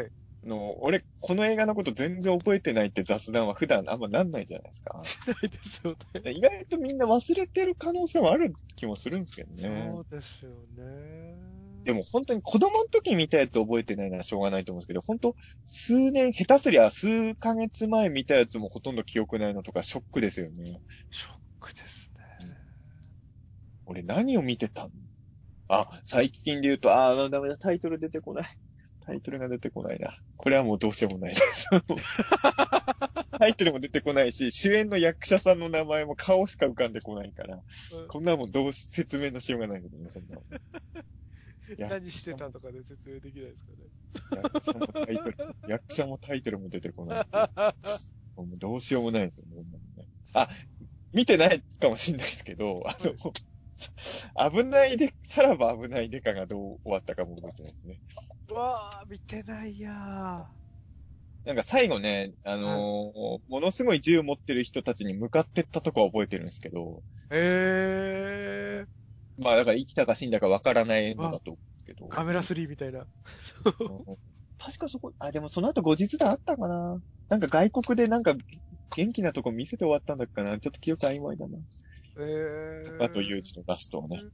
俺、この映画のこと全然覚えてないって雑談は普段あんまなんないじゃないですか。 ないですよね。 意外とみんな忘れてる可能性もある気もするんですけどね。 そうですよね。 でも本当に子供の時見たやつ覚えてないのはしょうがないと思うんですけど、本当数年、下手すりゃ数ヶ月前見たやつもほとんど記憶ないのとかショックですよね。 ショックですね。 俺何を見てたの？最近で言うと、ダメだ、タイトル出てこない。タイトルが出てこないな。これはもうどうしようもないです。タイトルも出てこないし、主演の役者さんの名前も顔しか浮かんでこないから、こんなもんどう説明のしようがないけどね、そんなの。 何してたとかで説明できないですかね。 役者もタイトルも出てこないっていう。もうどうしようもないですよね、そんなのね。見てないかもしれないですけど、危ないで、さらば危ないデカがどう終わったかも覚えてないですね。 うわー、見てないやなんか最後ね、ものすごい銃を持ってる人たちに向かってったとこは覚えてるんですけど、 ー。 まあだから生きたか死んだかわからないエンドだと思うんですけど。 カメラ3みたいな。 うん確かそこ、でもその後後日談あったかな。なんか外国でなんか元気なとこ見せて終わったんだっけかな。ちょっと記憶曖昧だな。あとユージのラストをね。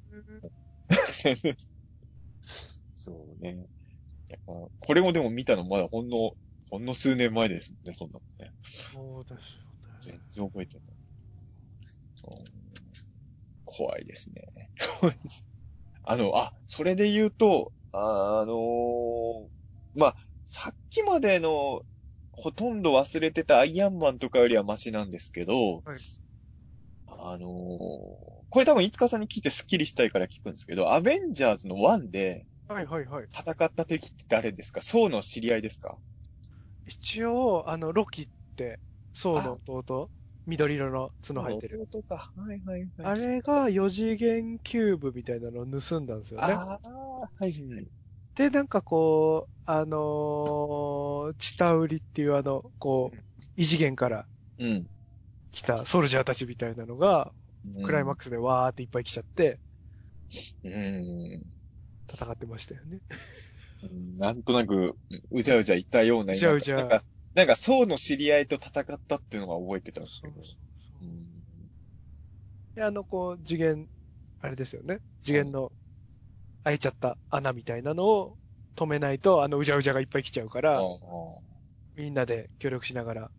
そうね。やっぱ、これもでも見たのまだほんの数年前ですもんね、そんなのね。 そうですよ全ね。 然覚えてない。怖いですね。それで言うと、まあ、さっきまでのほとんど忘れてたアイアンマンとかよりはマシなんですけど、 はい。 これ多分いつかさんに聞いてスッキリしたいから聞くんですけど、アベンジャーズの1ではいはいはい。 戦った敵って誰ですか？ソウの知り合いですか？ 一応、ロキって、ソウあ、 の弟、緑色の角ソウの生えてる。 弟か。はいはいはい。 あれが4次元キューブみたいなのを盗んだんですよね。 はいはい。 で、なんかこう、チタウリっていう異次元からうん。 来たソルジャーたちみたいなのが、クライマッうん。 クスでわーっていっぱい来ちゃって、 うん。 戦ってましたよね。 なんとなく、うじゃうじゃいたような、 うじゃ今、 うじゃ、 なんか、宋の知り合いと戦ったっていうのが覚えてたんですけど。 そうそうそう。 うん。 で、次元、あれですよね。次元の開いちゃった穴みたいなのを止めないと、うじゃうじゃがいっぱい来ちゃうかあら、 あ。 みんなで協力しながら、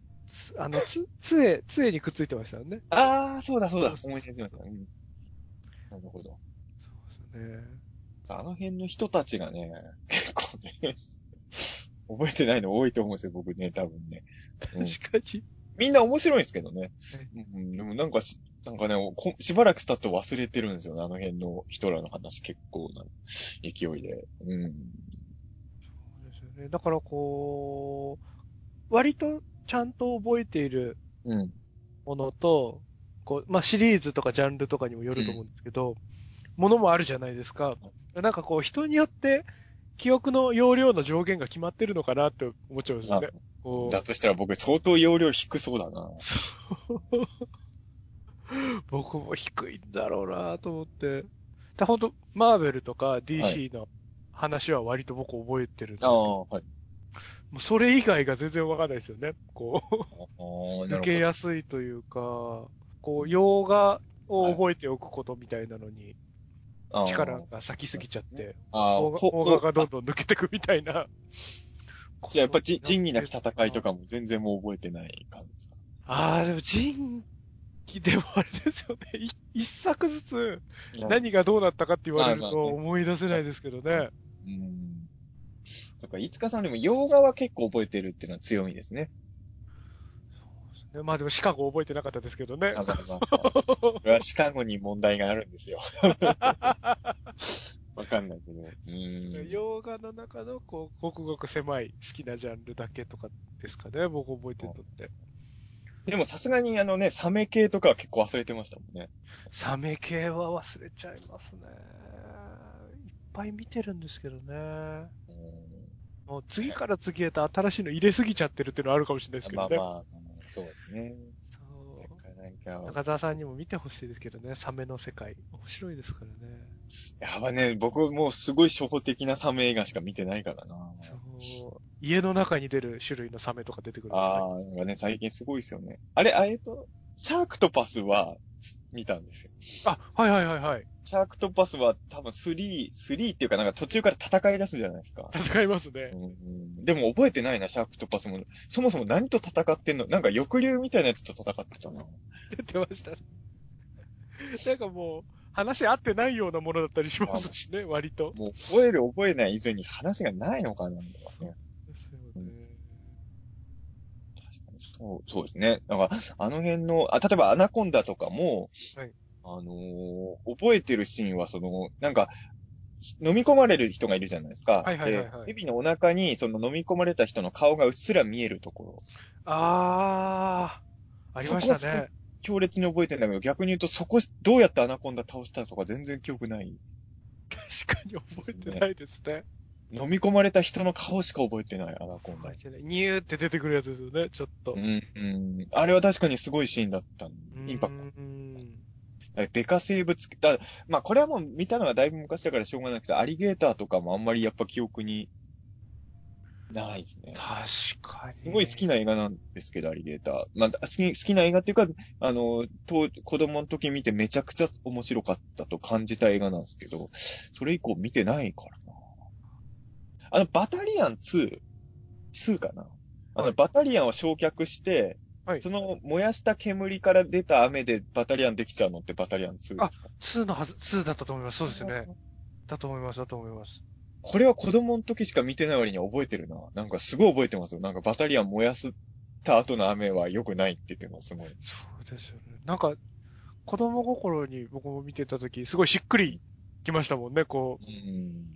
杖にくっついてましたよね。 そうだそうだ。 そうそうそう。 思い出しました。うん。なるほど。 そうですね。 あの辺の人たちがね、結構ね、覚えてないの多いと思うんですよ、僕ね、多分ね。うん。 確かに。 みんな面白いんですけどね。 ねうん、でもなんかね、しばらく経って忘れてるんですよね、あの辺の人らの話、結構な勢いで。うん。 そうですよね。だから割とちゃんと覚えているうん。 ものと、まあ、シリーズとかジャンルとかにもようん。 ると思うんですけど、ものもあるじゃないですか。なんか人によって記憶の容量の上限が決まってるのかなって思っちゃうんですよあ、 ね。こう、 だとしたら僕相当容量低そうだな。 そう僕も低いんだろうなと思って。本当マーベルとかはい。 DC の話は割と僕覚えてるんですけど、 ああ、はい。 もうそれ以外が全然わかんないですよね。 ああ、な抜るほど。 けやすいというか、洋画をはい。 覚えておくことみたいなのにあ力あ。 が先すぎちゃって、 ああ、 邦画がどんどん抜けていくみたいなこじゃあやっぱとになっ仁義なてるき戦いとのかな。 かも全然もう覚えてない感じですか？ ああ、でも人気でもあれですよね。一作ずつうん。 何がどうなったかって言われるまあね。 と思い出せないですけどね。 うん。とか、いつかさんでも洋画は結構覚えてるっていうのは強みですね。 まあでもシカゴ覚えてなかったですけどね。 まあまあまあ。これはシカゴに問題があるんですよ。わかんないけど。 洋画の中のごくごく狭い好きなジャンルだけとかですかね。僕覚えてるのって。 でもさすがにサメ系とかは結構忘れてましたもんね。 サメ系は忘れちゃいますね。いっぱい見てるんですけどね。 うんもう次から次へと新しいの入れすぎちゃってるっていうのはあるかもしれないですけどね。 まあまあ、そうですね。 そう。 なんか、 中澤さんにも見てほしいですけどね。サメの世界。面白いですからね。 やばね、僕もうすごい初歩的なサメ映画しか見てないからな。 そう。 家の中に出る種類のサメとか出てくるんですね。 ああ、なんかね、最近すごいですよね。シャークトパスは見たんですよ。 あ、はいはいはいはい。 シャークトパスは多分3っていうかなんか途中から戦い出すじゃないですか。 戦いますね。 でも覚えてないな、シャークトパスも。そもそも何と戦ってんの？なんか翼竜みたいなやつと戦ってたな。 出てましたね。なんかもう、話合ってないようなものだったりしますしね、割と。 もう覚える覚えない以前に話がないのかな、みたいなね。 ですようんね。 そうですね。なんか、あの辺の、例えばアナコンダとかも、 はい。 覚えてるシーンは、なんか、飲み込まれる人がいるじゃないですか。 はいはいはいで、 はい。 ヘビのお腹に、その飲み込まれた人の顔がうっすら見えるところ。 ありましそこはすごいたね。 強烈に覚えてんだけど、逆に言うと、どうやってアナコンダ倒したとか全然記憶ない確かに覚ですね。 えてないですね。 飲み込まれた人の顔しか覚えてない、アナコンダ。 覚えてない。ニューって出てくるやつですよね、ちょっと。 あれは確かにすごいシーンだったうーインパクト。 ん。 デカ生物、まあこれはもう見たのがだいぶ昔だからしょうがなくて、アリゲーターとかもあんまりやっぱ記憶にないですね。 確かに。 すごい好きな映画なんですけど、アリゲーター。まあ、好きな映画っていうか、子供の時見てめちゃくちゃ面白かったと感じた映画なんですけど、それ以降見てないからな。バタリアン2かな。 はい。 バタリアンを焼却して、 はい。 その燃やした煙から出た雨でバタリアンできちゃうのってバタリアン2であ、 すか？ 2のはず、2だったと思います。そうですね。だと思います、だと思います。 これは子供の時しか見てない割には覚えてるな。なんかすごい覚えてますよ。なんかバタリアン燃やした後の雨は良くないっていうのはすごい。 そうですよね。なんか、子供心に僕も見てたとき、すごいしっくりきましたもんね。こう、 うん。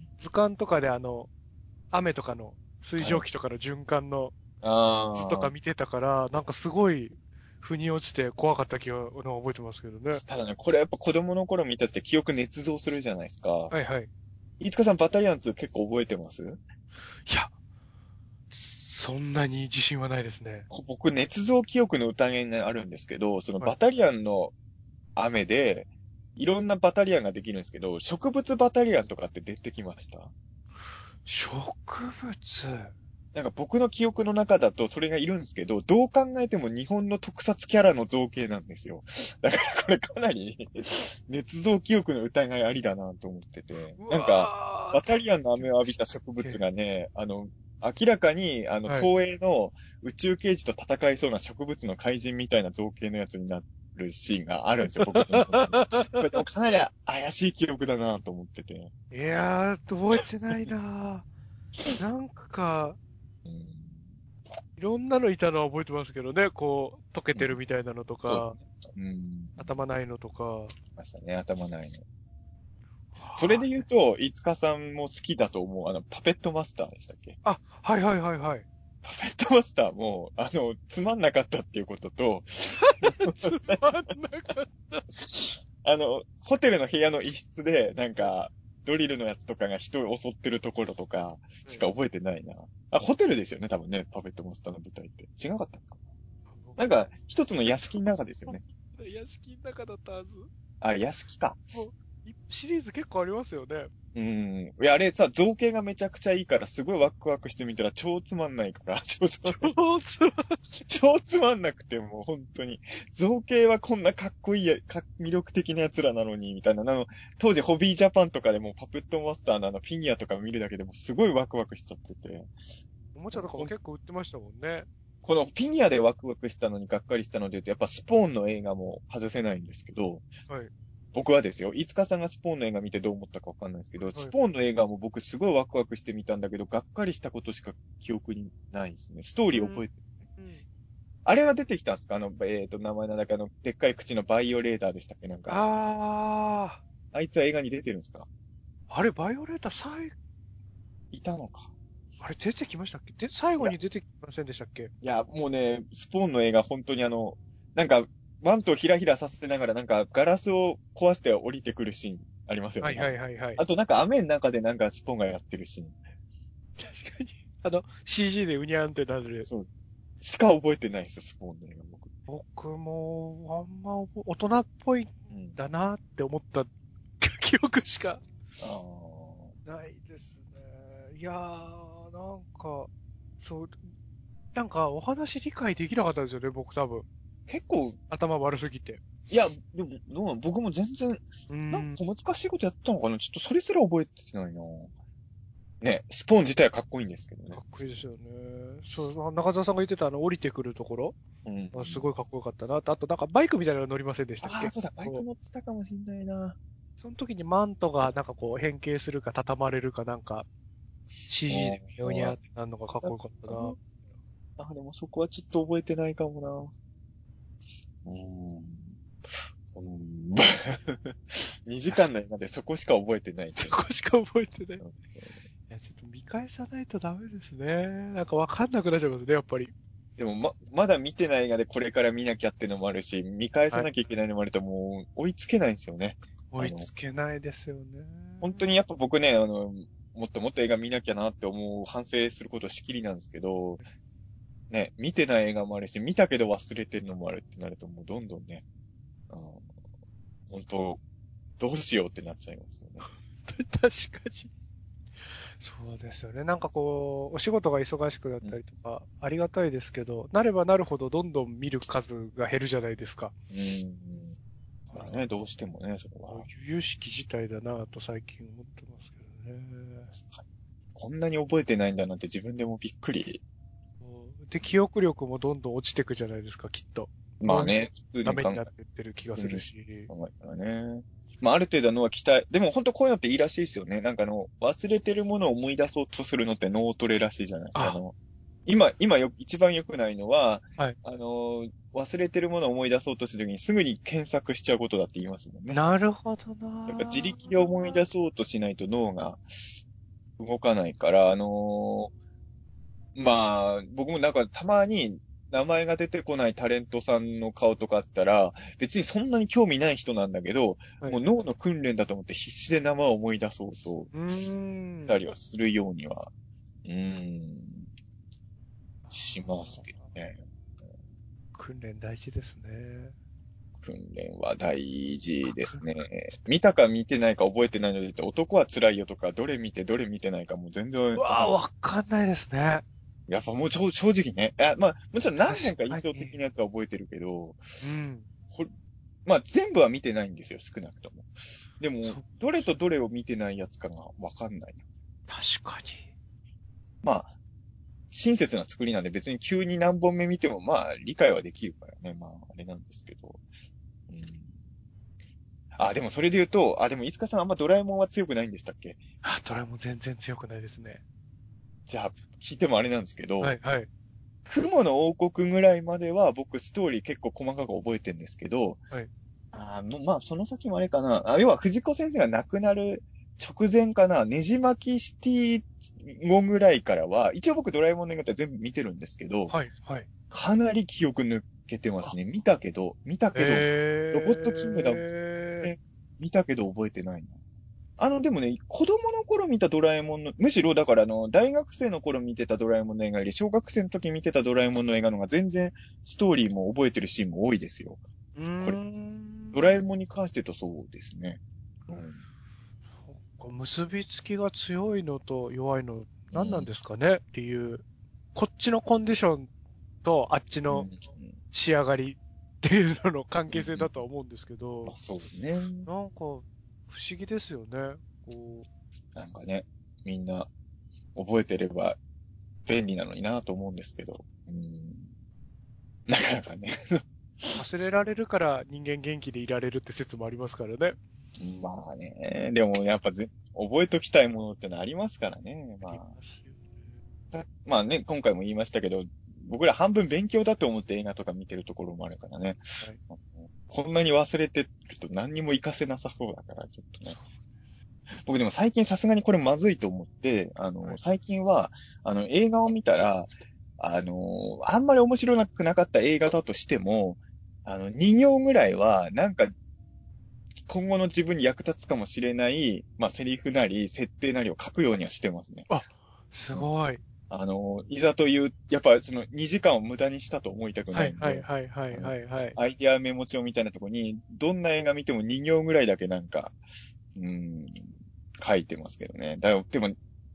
図鑑とかで雨とかの水はい。 蒸気とかの循環の図とかあ見てたから、なんかすごい、腑に落ちて怖かった気を覚えてますけどね。 ただね、これやっぱ子供の頃見たって記憶捏造するじゃないですか。 はいはい。 飯塚さんバタリアン2結構覚えてます？ いや、そんなに自信はないですね。 僕、捏造記憶の疑いがあるんですけど、そのはい。 バタリアンの雨で、いろんなバタリアンができるんですけど、植物バタリアンとかって出てきました？ 植物。 なんか僕の記憶の中だとそれがいるんですけど、どう考えても日本の特撮キャラの造形なんですよ。だからこれかなり捏造記憶の疑いありだなと思ってて。 うなんか、 わー、 バタリアンの雨を浴びた植物がね、明らかに、 はい。 東映の宇宙刑事と戦いそうな植物の怪人みたいな造形のやつになるシーンがあるんですよ、僕の中で。これでもかなり怪しい記憶だなと思ってて。 いやー、覚えてないなー。なんか、 うん。 いろんなのいたのは覚えてますけどね。こう、溶けうん、 てるみたいなのとか、 そうですね。うん。 頭ないのとか。 ましたね、頭ないの。それはで言うと、飯塚さんも好きだと思う、パペットマスターでしたっけ？ あ、はいはいはいはい。 パペットマスターも、つまんなかったっていうことと、 つまんなかっホテルの部屋の一室で、なんか、ドリルのやつとかが人を襲ってるところとか、 た。はい。 しか覚えてないな。あ、ホテルですよね、多分ね、パペットマスターの舞台って。違かったかな。なんか、一つの屋敷の中ですよね。 屋敷の中だったはず。 あ、屋敷か。 もう、シリーズ結構ありますよね。 いや、あれさ、造形がめちゃくちゃいいから、すごいワクワクしてみたら超つまんないから、超つまんない。 超つまん超つまんなくて、もう本当に。造形はこんなかっこいい魅力的な奴らなのに、みたいな。当時ホビージャパンとかでもパペットマスターのフィギュアとか見るだけでもすごいワクワクしちゃってて。 おもちゃとかも結構売ってましたもんね。 このフィギュアでワクワクしたのにがっかりしたので言うと、やっぱスポーンの映画も外せないんですけど、 はい。 僕はですよ、飯塚さんがスポーンの映画見てどう思ったかわかんないですけど、 はい。 スポーンの映画も僕すごいワクワクしてみたんだけど、がっかりしたことしか記憶にないですね。ストーリーうん。 覚えて。 うん。 あれは出てきたんですか？名前なんだっけ、でっかい口のバイオレーターでしたっけ？なんか、 ああいつは映画に出てるんですか？ あれ、バイオレーターいたのか。 あれ出てきましたっけ最いや、 後に出てきませんでしたっけ？ いや、もうね、スポーンの映画本当になんか、マントをひらひらさせながらなんかガラスを壊して降りてくるシーンありますよね、 はいはいなんか。 はいはい。 あとなんか雨の中でなんかスポーンがやってるシーン。 確かに。CG でうにゃんってなる。 そう。しか覚えてないですよ、スポーンの映画僕。 僕も、あんま大人っぽいんうん。 だなって思った記憶しかああ。 ないですね。いやー、なんか、 そう、なんかお話理解できなかったんですよね、僕多分。 結構、 頭悪すぎて。 いや、でも、僕も全然、 うーん。 なんか難しいことやったのかなちょっとそれすら覚えてないな。ね、スポーン自体はかっこいいんですけどね。 かっこいいですよね。そう、中澤さんが言ってた降りてくるところ、 うん。 すごいかっこよかったなと。あとなんかバイクみたいなの乗りませんでしたっけ？ ああ、そうだ、バイク乗ってたかもしんないな。 その時にマントがなんかこう変形するか畳まれるかなんか CG で微妙にあってなるのがかっこよかったな。 あ、でもそこはちょっと覚えてないかもな。うーん。2時間の映画でそこしか覚えてないってそいうね。 こしか覚えてない。いうんや、ちょっと見返さないとダメですね。なんかわかんなくなっちゃいますね、やっぱり。 でもまだ見てない映画でこれから見なきゃってのもあるし、見返さはい。 なきゃいけないのもあるともう追いつけないんですよね。 追いつけないですよね。 本当にやっぱ僕ね、もっともっと映画見なきゃなって思う反省することしきりなんですけど、ね、見てない映画もあるし、見たけど忘れてるのもあるってなるともうどんどんね、うん、本当、どうしようってなっちゃいますよね。 確かに。そうですよね。なんかこう、お仕事が忙しくなっうん。 たりとか、ありがたいですけど、なればなるほどどんどん見る数が減るじゃないですか。 うん。 だから、 まあね、どうしてもね、それは。 由々しき事態だなぁと最近思ってますけどね。 こんなに覚えてないんだなんて自分でもびっくり。 で、記憶力もどんどん落ちていくじゃないですか、きっと。脳みそまあね、普通ダに考メになってってる気がえ、 するし。 考えたらね。まあ、ある程度のは期待。でも本当こういうのっていいらしいですよね。なんか忘れてるものを思い出そうとするのって脳トレらしいじゃないですか。 あ、 今一番良くないのは、 はい。 忘れてるものを思い出そうとするときにすぐに検索しちゃうことだって言いますもんね。 なるほどやっぱ自な力で思い出そうとしないと脳が動かないから、まあ、僕もなんかたまに名前が出てこないタレントさんの顔とかあったら、別にそんなに興味ない人なんだけど、 はい。 もう脳の訓練だと思って必死で名前を思い出そうとうーしたん。 りはするようには、うーん、しますけどね。 訓練大事ですね。 訓練は大事ですくね。見たか見てないか覚えてないので言って、男は辛いよとか、どれ見てどれ見てないかもう全然うわあ、わかんないですね。 やっぱもう正直ね。まあ、もちろん何本か印象確かに。 的なやつは覚えてるけど、 うん。 これまあ全部は見てないんですよ、少なくとも。でも、 そ、 どれとどれを見てないやつかがわかんないな。 確かに。 まあ、親切な作りなんで別に急に何本目見てもまあ理解はできるからね。まああれなんですけど。うん、でもそれで言うと、でも飯塚さんあんまドラえもんは強くないんでしたっけ？ あ、どれも全然強くないですね。 じゃあ、聞いてもあれなんですけど、 はい、はい、 雲の王国ぐらいまでは僕ストーリー結構細かく覚えてるんですけど、 はい。 まあ、その先もあれかな。要は藤子先生が亡くなる直前かな。ねじ巻きシティ後ぐらいからは、一応僕ドラえもんの映画って全部見てるんですけど、 はい、はい。 かなり記憶抜けてますあ、 ね。見たけど、ロボットキングダムとかえね、見たけど覚えてないな。でもね、子供の頃見たドラえもんの、むしろだから大学生の頃見てたドラえもんの映画より、小学生の時見てたドラえもんの映画の方が全然ストーリーも覚えてるシーンも多いですよ。 ー、うーこれ。ドラえん。 もんに関して言うとそうですね。うん。 そっか、結びつきが強いのと弱いの、何なんうん。 ですかね、理由。こっちのコンディションとあっちのうん。 仕上がりっていうのの関係性うん。 だとは思うんですけど、 まあそうね。 なんか不思議ですよね。こなんかね、みんな覚えてれば便利なのになと思うんですけど。うん。なかなかね。 忘れられるから人間元気でいられるって説もありますからね。 まあね。でもやっぱ覚えときたいものってのありますからね。 ありまますよね。 まあね、今回も言いましたけど、僕ら半分勉強だと思って映画とか見てるところもあるからね。 はい。 こんなに忘れてると何にも活かせなさそうだから、ちょっとね。 そ僕でも最近さすがにこれまずいと思って、 う。はい。 最近は、映画を見たら、あんまり面白くなかった映画だとしても、2行ぐらいは、なんか、今後の自分に役立つかもしれない、まあ、セリフなり、設定なりを書くようにはしてますね。 あ、すごい。 いざという、やっぱその2時間を無駄にしたと思いたくはいないんで、 はいはいはいあの、 はいはい。 アイデアメモ帳みたいなところに、どんな映画見ても2行ぐらいだけなんか、書いてますけどね。でも、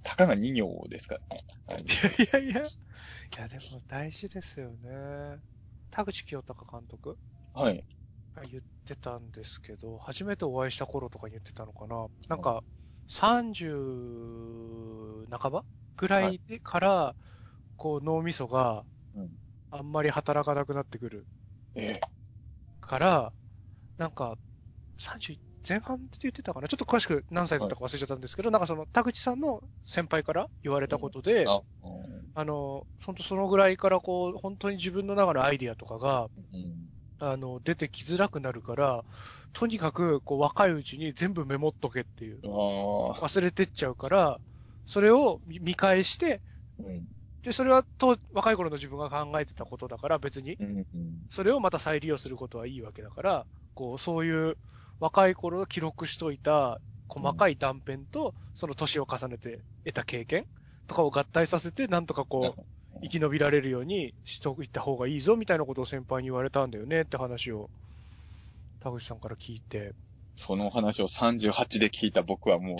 たかが2行ですからね。 いやいやいや。いや、でも大事ですよね。田口清隆監督はい。 が言ってたんですけど、初めてお会いした頃とかに言ってたのかな。なんはい。 か、30半ばぐらはい。 いでから、こう脳みそがうん。 あんまり働かなくなってくるええ。 から、なんか、30前半って言ってたかな、ちょっと詳しく何歳だっはい。 たか忘れちゃったんですけど、なんかその田口さんの先輩から言われたこうん。 とで、 あ、うん。 本当そのぐらいからこう、本当に自分の中のアイディアとかが、 うん。 出てきづらくなるから、とにかくこう若いうちに全部メモっとけっていう、 ああ。 忘れてっちゃうから、それを見返して、 うん。 で、それは若い頃の自分が考えてたことだから別に、 うん。うん。 それをまた再利用することはいいわけだから、こう、そういう若い頃記録しといた細かい断片と、その年を重ねて得た経験とかを合体させて、なんとかこう、 なるほど。 生き延びられるようにしておいた方がいいぞみたいなことを先輩に言われたんだよねって話を田口さんから聞いて。 その話を38で聞いた僕はもう、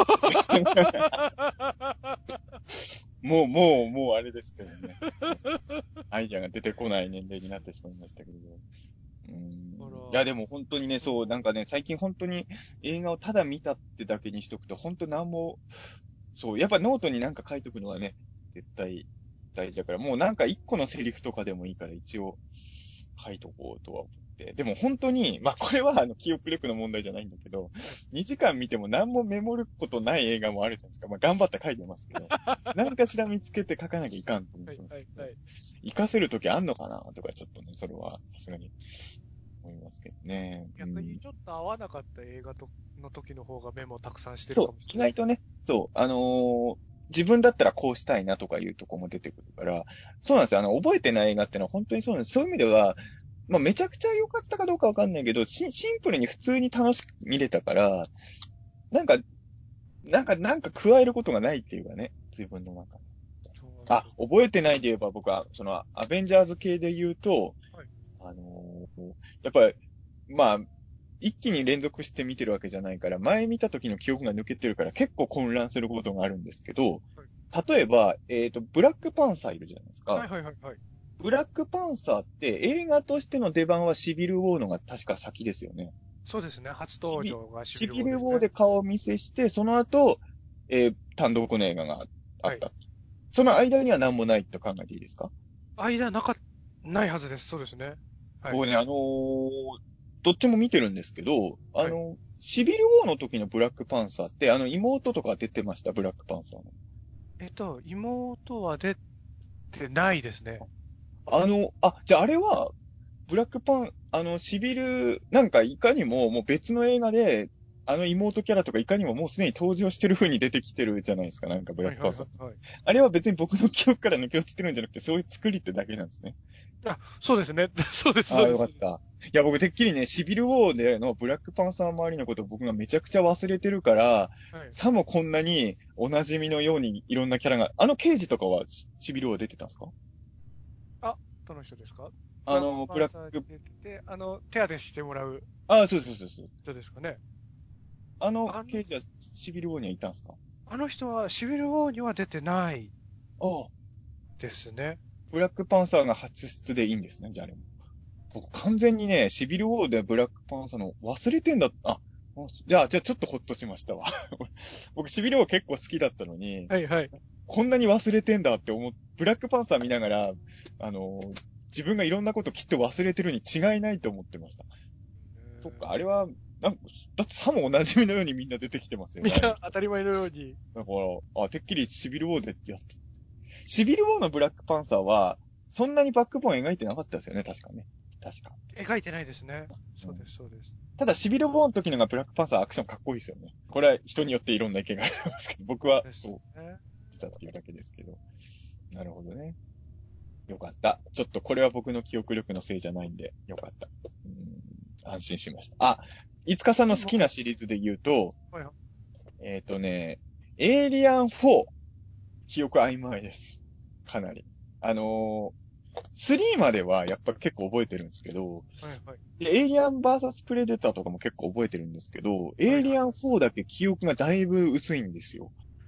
もうあれですけどね。アイデアが出てこない年齢になってしまいましたけれど。 ほいや、でら、 も本当にね、そう、 うん、 なんかね、最近本当に映画をただ見たってだけにしとくと、本当なんも、そう、やっぱノートになんか書いとくのはね、絶対大事だから、もうなんか一個のセリフとかでもいいから一応書いとこうとは思って。でも本当に、まあこれは記憶力の問題じゃないんだけど、 はい、 2時間見ても何もメモることない映画もあるじゃないですか。まあ頑張って書いてますけど、何かしら見つけて書かなきゃいかんと思っはい、 てますはい、 けど、 はい。 活かせるときあんのかなとかちょっとね、それはさすがに思いますけどね。うん。 逆にちょっと合わなかった映画の時の方がメモをたくさんしてるそう、 かもしれないです。 意外とね、そう、自分だったらこうしたいなとかいうとこも出てくるから、そうなんですよ。覚えてない映画ってのは本当にそうなんです。そういう意味では、まあ、めちゃくちゃ良かったかどうかわかんないけど、シンプルに普通に楽しく見れたから、なんか、なんか加えることがないっていうかね、自分の中に。 そうなんですあ、 よ。 覚えてないで言えば僕は、その、アベンジャーズ系で言うと、 はい。 あのやっぱり、まあ、一気に連続して見てるわけじゃないから、前見た時の記憶が抜けてるから結構混乱することがあるんですけど、 はい。 例えば、ブラックパンサーいるじゃないですか。 はいはいはいはい。 ブラックパンサーって映画としての出番はシビルウォーのが確か先ですよね。 そうですね。初登場がシビルウォシビルウォーーですね。 で顔を見せして、その後、単独の映画があはい。 った。その間には何もないと考えていいですか？ 間ないはずです。そうですね。はい。 僕ね、どっちも見てるんですけど、 はい。 シビルウォーの時のブラックパンサーって、妹とか出てました、ブラックパンサーの。 妹は出てないですね。 じゃああれは、ブラックパン、シビル、なんかいかにも、もう別の映画で、妹キャラとかいかにももうすでに登場してる風に出てきてるじゃないですか、なんかブラはいはいックパンサー。 はいはい。 あれは別に僕の記憶から抜け落ちてるんじゃなくて、そういう作りってだけなんですね。 あ、そうですね。そうです、 ああ、 そうです、そうです。 よかった。いや、僕てっきりね、シビルウォーでのブラックパンサー周りのことを僕がめちゃくちゃ忘れてるから、 はい。 さもこんなにお馴染みのようにいろんなキャラが、刑事とかはシビルウォー出てたんですか？ あ、どの人ですか？ブラックブラッパンサーにク、 出てて、手当てしてもらうそうそうそうそう。 人ですかね。あの、 刑事はシビルウォーにはいたんですか？ あの人はシビルウォーには出てないああ、 ですね。 ブラックパンサーが初出でいいんですね、じゃああれも。僕完全にね、シビルウォーでブラックパンサーの忘れてんだ、じゃあちょっとほっとしましたわ。僕シビルウォー結構好きだったのに、 はいはい。 こんなに忘れてんだってブラックパンサー見ながら、あの、自分がいろんなこときっと忘れてるに違いないと思ってました。そっか、あれは、なんか、だってさもお馴染みのようにみんな出てきてますよね、あのみんな当人。 たり前のように。 だから、てっきりシビルウォーでってやって。シビルウォーのブラックパンサーは、そんなにバックボーン描いてなかったですよね、確かね。確か。 描いてないですね。 うん、 そうです、そうです。 ただ、シビルウォーの時のがブラックパンサーアクションかっこいいですよね。これは人によっていろんな意見がありますけど、僕はですそうね。 言ってたっていうだけですけど。なるほどね。よかった。ちょっとこれは僕の記憶力のせいじゃないんで、よかった。安心しました。いつかさんの好きなシリーズで言うと、 はいはい。 えっ、とね、エイリアン4、記憶曖昧です。かなり。3まではやっぱ結構覚えてるんですけど、 はいはい。 でエイリアン VS プレデターとかも結構覚えてるんですけど、エイリアンはいはいはい。 4だけ記憶がだいぶ薄いんですよ。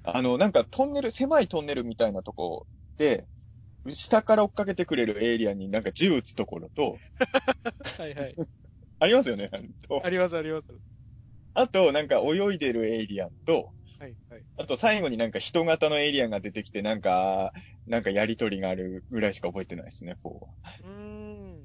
なんかトンネル、狭いトンネルみたいなとこで、下から追っかけてくれるエイリアンになんか銃撃つところと、 はいはい。 ありますよね。 あります、あります。 あと、なんか泳いでるエイリアンと、 はいはい。 あと最後になんか人型のエイリアンが出てきて、なんかやりとりがあるぐらいしか覚えてないですね、4は。 うーん。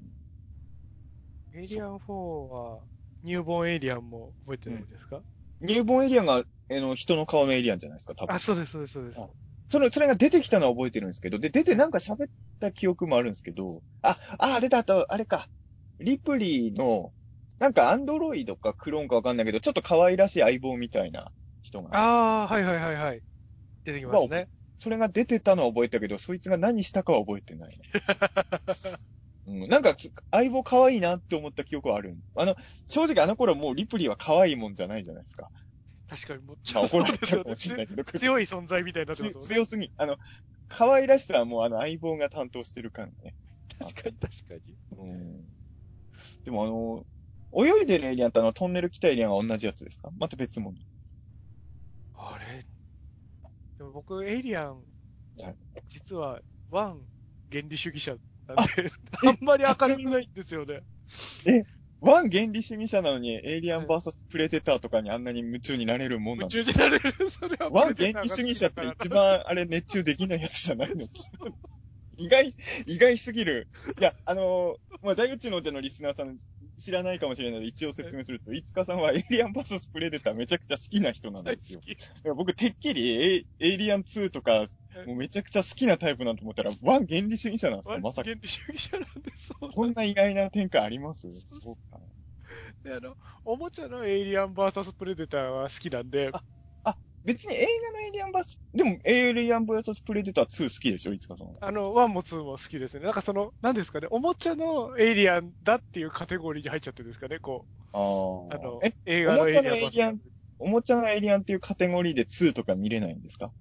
エイリそう。 アン4は、ニューボーンエイリアンも覚えてうん。 ないですか？ ニューボーンエイリアンが、人の顔のエイリアンじゃないですか、多分。 あ、そうです、そうです、そうです。 あそれが出てきたのは覚えてるんですけど、で、出てはい。 なんか喋った記憶もあるんですけど、あれだと、あれか。リプリーの、なんかアンドロイドかクローンかわかんないけど、ちょっと可愛らしい相棒みたいな人が、 ああ、はいはいはいはい。出てきまは、 すね。 それが出てたのは覚えたけど、そいつが何したかは覚えてないね。うん、なんか、相棒可愛いなって思った記憶はある。正直あの頃もうリプリーは可愛いもんじゃないじゃないですか。 確かにもう、 まあ怒られちゃうかもそうですよね。 しれないけど、 強い存在みたいになってますもんね。 強すぎ。可愛らしさはもう相棒が担当してる感がね。あっ確かにた。 確かに。 うん。でも泳いでるエイリアンとトンネル来たエイリアンは同じやつですか？また別物。 あれでも僕、エイリアン、 はい。 実は、ワン原理主義者なんで、 あ、 あんまり明初耳。 るくないんですよね。 ワン原理主義者なのにエイリアンはい。 VS プレデターとかにあんなに夢中になれるもん夢なんですか？ 中になれる。それはプワンレデターが好原理主義きだからな。 者って一番あれ熱中できないやつじゃないの？意外、意外すぎる。いや、まあ、大宇宙のお茶のリスナーさん知らないかもしれないので、一応説明すると、いつかさんはエイリアン VS プレデターめちゃくちゃ好きな人なん大好ですよ。 き。 だから僕、てっきりエイリアン2とか、もうめちゃくちゃ好きなタイプなんと思ったら、ワン原理主義者なんですか？まさか。 原理主義者なんで、そうなんこんな意外な展開ありますです。 そうか。 で、おもちゃのエイリアン VS プレデターは好きなんで、 あ、別に映画のエイリアン VS、でもエイリアン VS プレデター2好きでしょ？いつかさんは。 1も2も好きですね。なんか何ですかね、おもちゃのエイリアンだっていうカテゴリーに入っちゃってるんですかね、 ああ。 映画のエイリアン VS おもちゃのエイリアンっていうカテゴリーで2とか見れないんですか？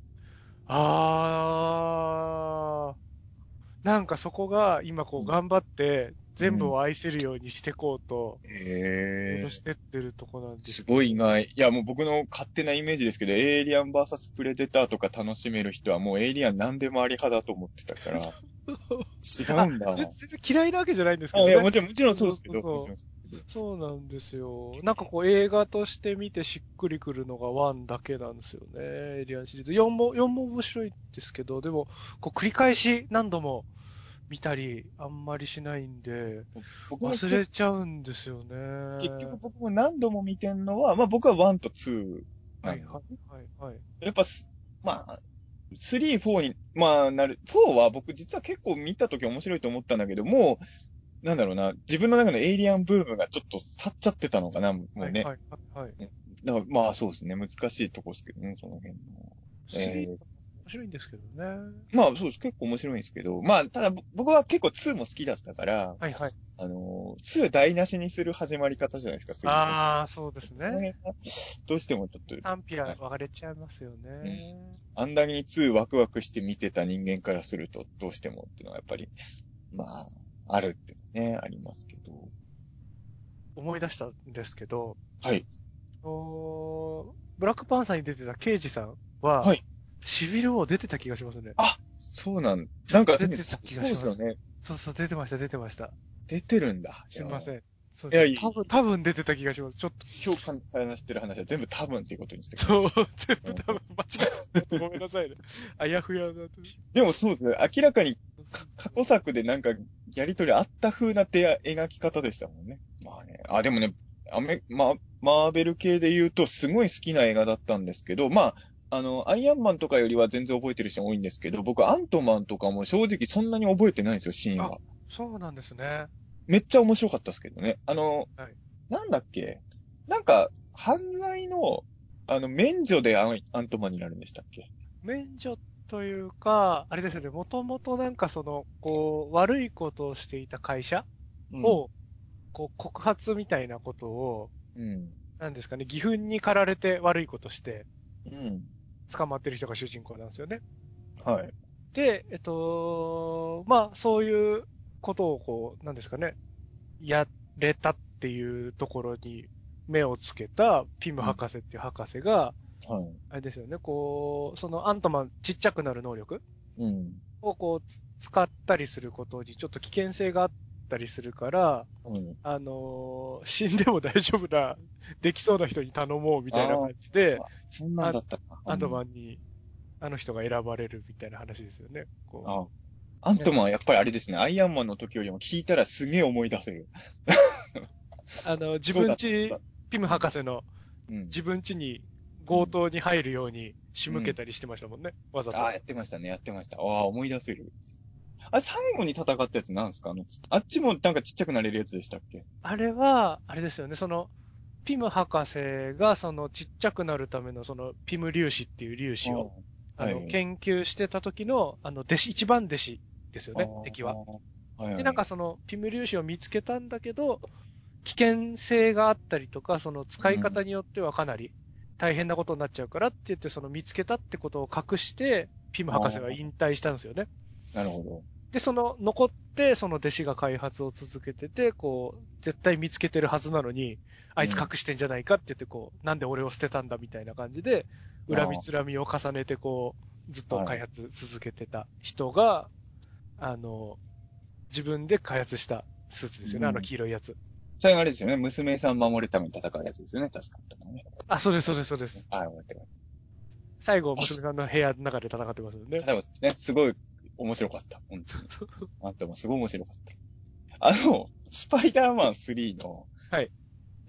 あなんかそこが今こうん。 う頑張ってうん。 全部を愛せるようにしていこうと、いろいろしへえ。 てってるとこなんですすけど。 ごい意外。いや、もう僕の勝手なイメージですけど、エイリアン VS プレデターとか楽しめる人はもうエイリアン何でもあり派だと思ってたから、違あ、 うんだ。 全然嫌いなわけじゃないんですけいや、 どね。 もちろんそうそうそうですけど、もちそうそう。 ろんそうですけど。 そうなんですよ。なんかこう映画として見てしっくりくるのが1だけなんですよね。エイリアンシリーズ。4も面白いですけど、でも、こう繰り返し何度も見たりあんまりしないんで、 僕も忘れちゃうんですよね。 結局僕も何度も見てんのは、まあ僕は1と2なんで。 はいはいはいはい。 やっぱまあ、3、4に、まあ4は僕実は結構見たとき面白いと思ったんだけど、もう、なんだろうな、自分の中のエイリアンブームがちょっと去っちゃってたのかな、もうね。 はいはいはいはい。 うんだからまあそうですね、難しいとこですけどね、その辺の。 3面白いんですけどね。 まあそうです、結構面白いんですけど、まあただ僕は結構2も好きだったから、 はいはい。 2台無しにする始まり方じゃないですか、3って。 ああ、そうですね。 その辺が、どうしてもちょっと、 賛否ははい。 分かれちゃいますようん。 ね。 あんだけに2ワクワクして見てた人間からすると、どうしてもっていうのはやっぱり、まあ、あるっていうのはね、ありますけど。 思い出したんですけど、 はい。 ブラックパンサーに出てた刑事さんは、 はい。 シビル王出てた気がしますね。 そうなんかね、 出てた気がそうします。 ですよね。 そうそう、出てました、出てました。 出てるんだ。いや、 すみません。そういや、 ですね。多分出てた気がします。ちょっと、 今日話してる話は全部多分っていうことにしておきまそう、 す。 全部多分うん間違ってた。ごめんなさいね。あやふやだと。 でもそうですね。明らかにそう過去作でなんかやりとりあった風な描き方でしたもんね。まあね。でもね、マーベル系で言うとすごい好きな映画だったんですけど、まあ、アイアンマンとかよりは全然覚えてる人多いんですけど、僕アントマンとかも正直そんなに覚えてないんですよ、シーンあ、 は。 そうなんですね。 めっちゃ面白かったですけどね。 はい。 なんだっけなんか、犯罪の、免除でアントマンになるんでしたっけ？ 免除というか、あれですよね、もともとなんか悪いことをしていた会社うん。 を、告発みたいなことを、 うん。 なんですかね、義憤に駆られて悪いことして、 うん。 捕まってる人が主人公なんですよね。 はい。 で、まあ、そういうことをなんですかね、やれたっていうところに目をつけたピムうん。 博士っていう博士が、 はい。 あれですよね、こう、そのアントマンちっちゃくなる能力うん。 をこう使ったりすることにちょっと危険性があったりするから、 うん。 死んでも大丈夫な、できそうな人に頼もうみたいなあ感じで、 あ、そんなんアだったか。 アントマンにあの人が選ばれるみたいな話ですよね。こあアう、ね、 ントマンはやっぱりあれですね、アイアンマンの時よりも聞いたらすげえ思い出せる。 自そうだった、そうだ分家、 った。 ピムうん。 博士のうん。 自分家に強うん。 盗に入るように仕うん。 向けたりしてましたもんね。わざああ、 と。 やってましたね、やってました。ああ、思い出せる。あれ、最後に戦ったやつなんですかあっちもなんかちっちゃくなれるやつでしたっけ？ あれは、あれですよね。ピム博士がちっちゃくなるためのピム粒子っていう粒子を、 ああ、はい。 研究してた時の、一番弟子ですよああ、 ね、敵は。 はいで、 はい。 ピム粒子を見つけたんだけど、危険性があったりとか、使いうん。 方によってはかなり大変なことになっちゃうからって言って、見つけたってことを隠して、ピムあ博士があ、 引退したんですよね。 なるほど。 で、残って、その弟子が開発を続けてて、こう、絶対見つけてるはずなのに、あいつうん。 隠してんじゃないかって言って、こう、なんで俺を捨てたんだみたいな感じで、恨みあつらみを重ねて、こう、ずっあ、 と開はい。 発続けてた人が、あの、自分で開発したスーツですよね、あのうん。 黄色いやつ。 それがあれですよね。娘さん守るために戦うやつですよね。確かね。 あ、そうです、そうです、そうです。 ああ、終わって終わっ最後、娘さんの部屋の中で戦ってますよね。 た。戦うですね。すごい面白かった。本当に。あんたもすごい面白かった。スパイダーマン3の、 はい。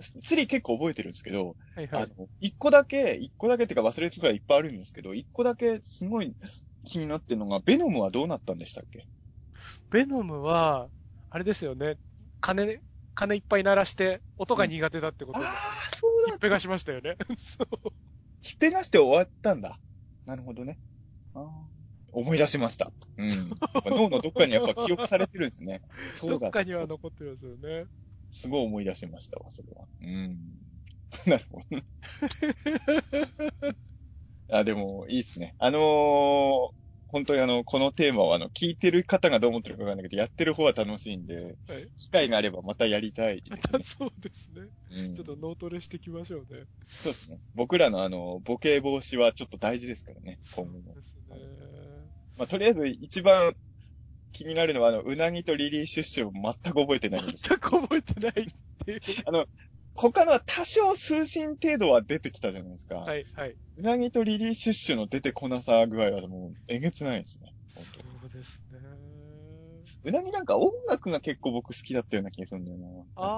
3結構覚えてるんですけど、 はい、はい。 一個だけっていうか忘れてたらいっぱいあるんですけど、一個だけすごい気になってるのが、ベノムはどうなったんでしたっけ？ ベノムは、あれですよね。鐘、鐘いっぱい鳴らして、音うん。 が苦手だってこあとになって、 あ、そうだった。 ひっぺがしましたよね。そう。 ひっぺがして終わったんだ。なるほどね。ああ。思い出しました。うん。やっぱ脳のどっかにやっぱ記憶されてるんですね。そどっうだった。 かには残ってますよね。 すごい思い出しましたわ、それは。うん。なるほど。あ、でも、いいっすね。本当にこのテーマは聞いてる方がどう思ってるかわかんないけど、やってる方は楽しいんで、 はい。 機会があればまたやりたいまですね。 たそうですね。 うん。 ちょっと脳トレしていきましょうね。 そうですね。僕らのボケ防止はちょっと大事ですからね、 そう今後も。 ですはい。 ね。 まあ、とりあえず一番気になるのは、うなぎとリリー・シュッシュを全く覚えてないのです。 全く覚えてないっていう。 あの、他のは多少数針程度は出てきたじゃないですか。 はい、はい。 うなぎとリリー・シュッシュの出てこなさ具合はもうえげつないですね。本当に。 そうですね。 うなぎなんか音楽が結構僕好きだったような気がするんだよな。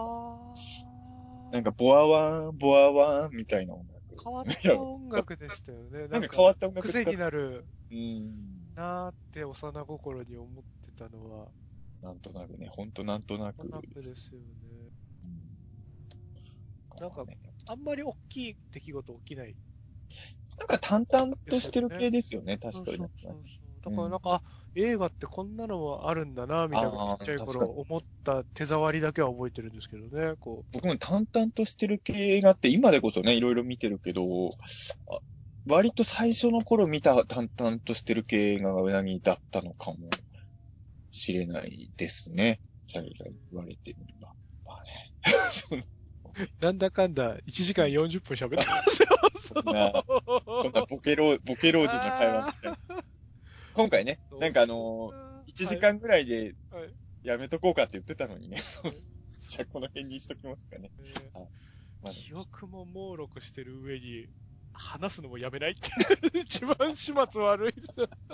なんかあボアワン、ボアワンみたいな音楽。 変わっいや、 た音楽でしたよね。 なんか変わった音楽癖使っ、 になるうーん。 なーって幼心に思ってたのは、 なんとなくね、ほんとなんとなく音楽です。 ですよね。 うん。 なんか、 ね、 あんまり大きい出来事起きないなんか淡々 でとしてるすよね。 系ですよね、確そうかにね。 そうそうそう。だうん。 から映画ってこんなのもあるんだな、みたいなちっああ、 ちゃい確かに。 頃思った手触りだけは覚えてるんですけどね、こ僕も淡々としてる系映画って今でこそね、いろいろ見てるけど、あ割と最初の頃見た淡々としてる系映画がうなぎだったのかもしれないですね。最後言われてみれば。まあね。そんな、 う、なんだかんだ1時間うん 40分喋ってますよ、 こんな、こんなそう。 ボケ老人の会話みあたいな。 あ、 今回ね、なんかどうしようか 1 な。はい、 時間ぐらいではい、 やめとこうかって言ってたのにね。 はい。 じゃあこの辺にしときますかね。 ね、 はい。まあでも記憶も猛録してる上に、話すのもやめないって一番始末悪い。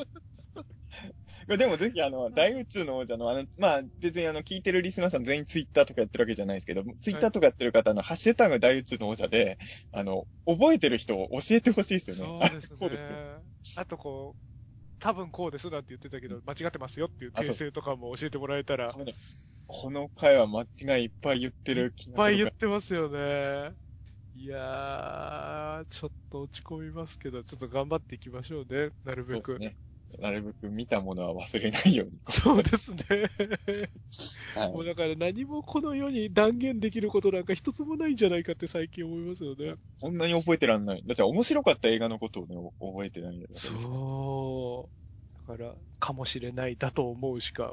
でもぜひ大宇宙の王者のまあ別に聞いてるリスナーさん全員ツイッターとかやってるわけじゃないですけど、ツイッはい。 ターとかやってる方ハッシュタグ大宇宙の王者で、覚えてる人を教えてほしいですよね。あれ、 そうですこうですよ。 ね。あと多分こうですなんて言ってたけうん。 ど、間違ってますよっていうあ、そう。 訂正とかも教えてもらえたら、 多分ね、この回は間違いいっぱい言っていっる気がするから。 ぱい言ってますよね。いやー、ちょっと落ち込みますけど、ちょっと頑張っていきましょうね。なるべく。 そうですね。なるべく見たものは忘れないように。 そうですね。 はい。 もうだから何もこの世に断言できることなんか一つもないんじゃないかって最近思いますよね。 そんなに覚えてらんない。だって面白かった映画のことをね、覚えてないだけですから。 そう。だから、かもしれないだと思うしか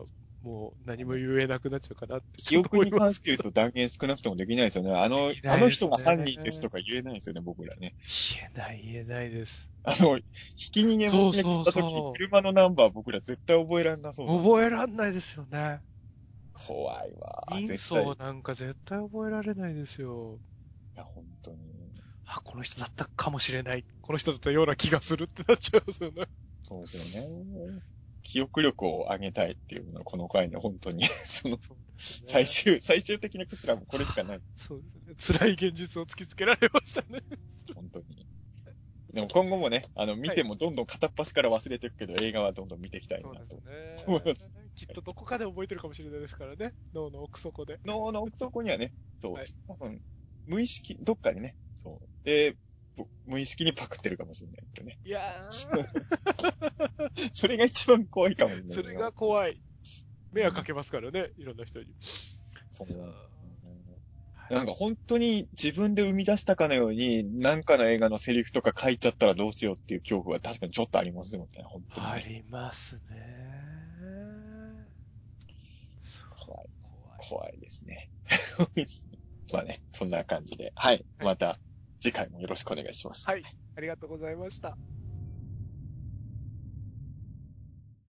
もう何も言えなくなっちゃうかなって記憶に関ちょっと思いますして言うと断言少なくともできないですよね。あのできないですね人が犯人ですとか言えないですよね、僕らね。 言えないです。 ひき逃げ目撃した時そう車のナンバー僕ら絶対覚えられなそうだな。 覚えらんないですよね。 怖いわ。 人絶対。い相なんか絶対覚えられないですよ。 や、本当に。 あ、この人だったかもしれない。この人だったような気がするってなっちゃいますよね。 そうですよね。記憶力を上げたいっていうのは、この回の本当に、 そうですね。 最終的な結論はもうこれしかない。 そうですね。辛い現実を突きつけられましたね。 本当に。でも今後もね、見はい。 てもどんどん片っ端から忘れていくけど、映画はどんどん見ていきたいそうですなと思いまね。 す。 きっとどこかで覚えてるかもしれないですからね。脳の奥底で。 脳の奥底にはね、そう、 はい。 多分、無意識、どっかでね、そう。で、無意識にパクってるかもしれないけどね。 いやー。 それが一番怖いかもしれないそれよ。 が怖い。 うん、 迷惑かけますからね。いろんな人に。 そう。 さあはい。 なんか本当に自分で生み出したかのように、なんかの映画のセリフとか書いちゃったらどうしようっていう恐怖は確かにちょっとありますよね、本当にあね。 りますね。そう、 怖い、 怖い。 怖いですね。まあね、そんな感じで。はい。 はい。 また次回もよろしくお願いします。 はい。ありがとうございました。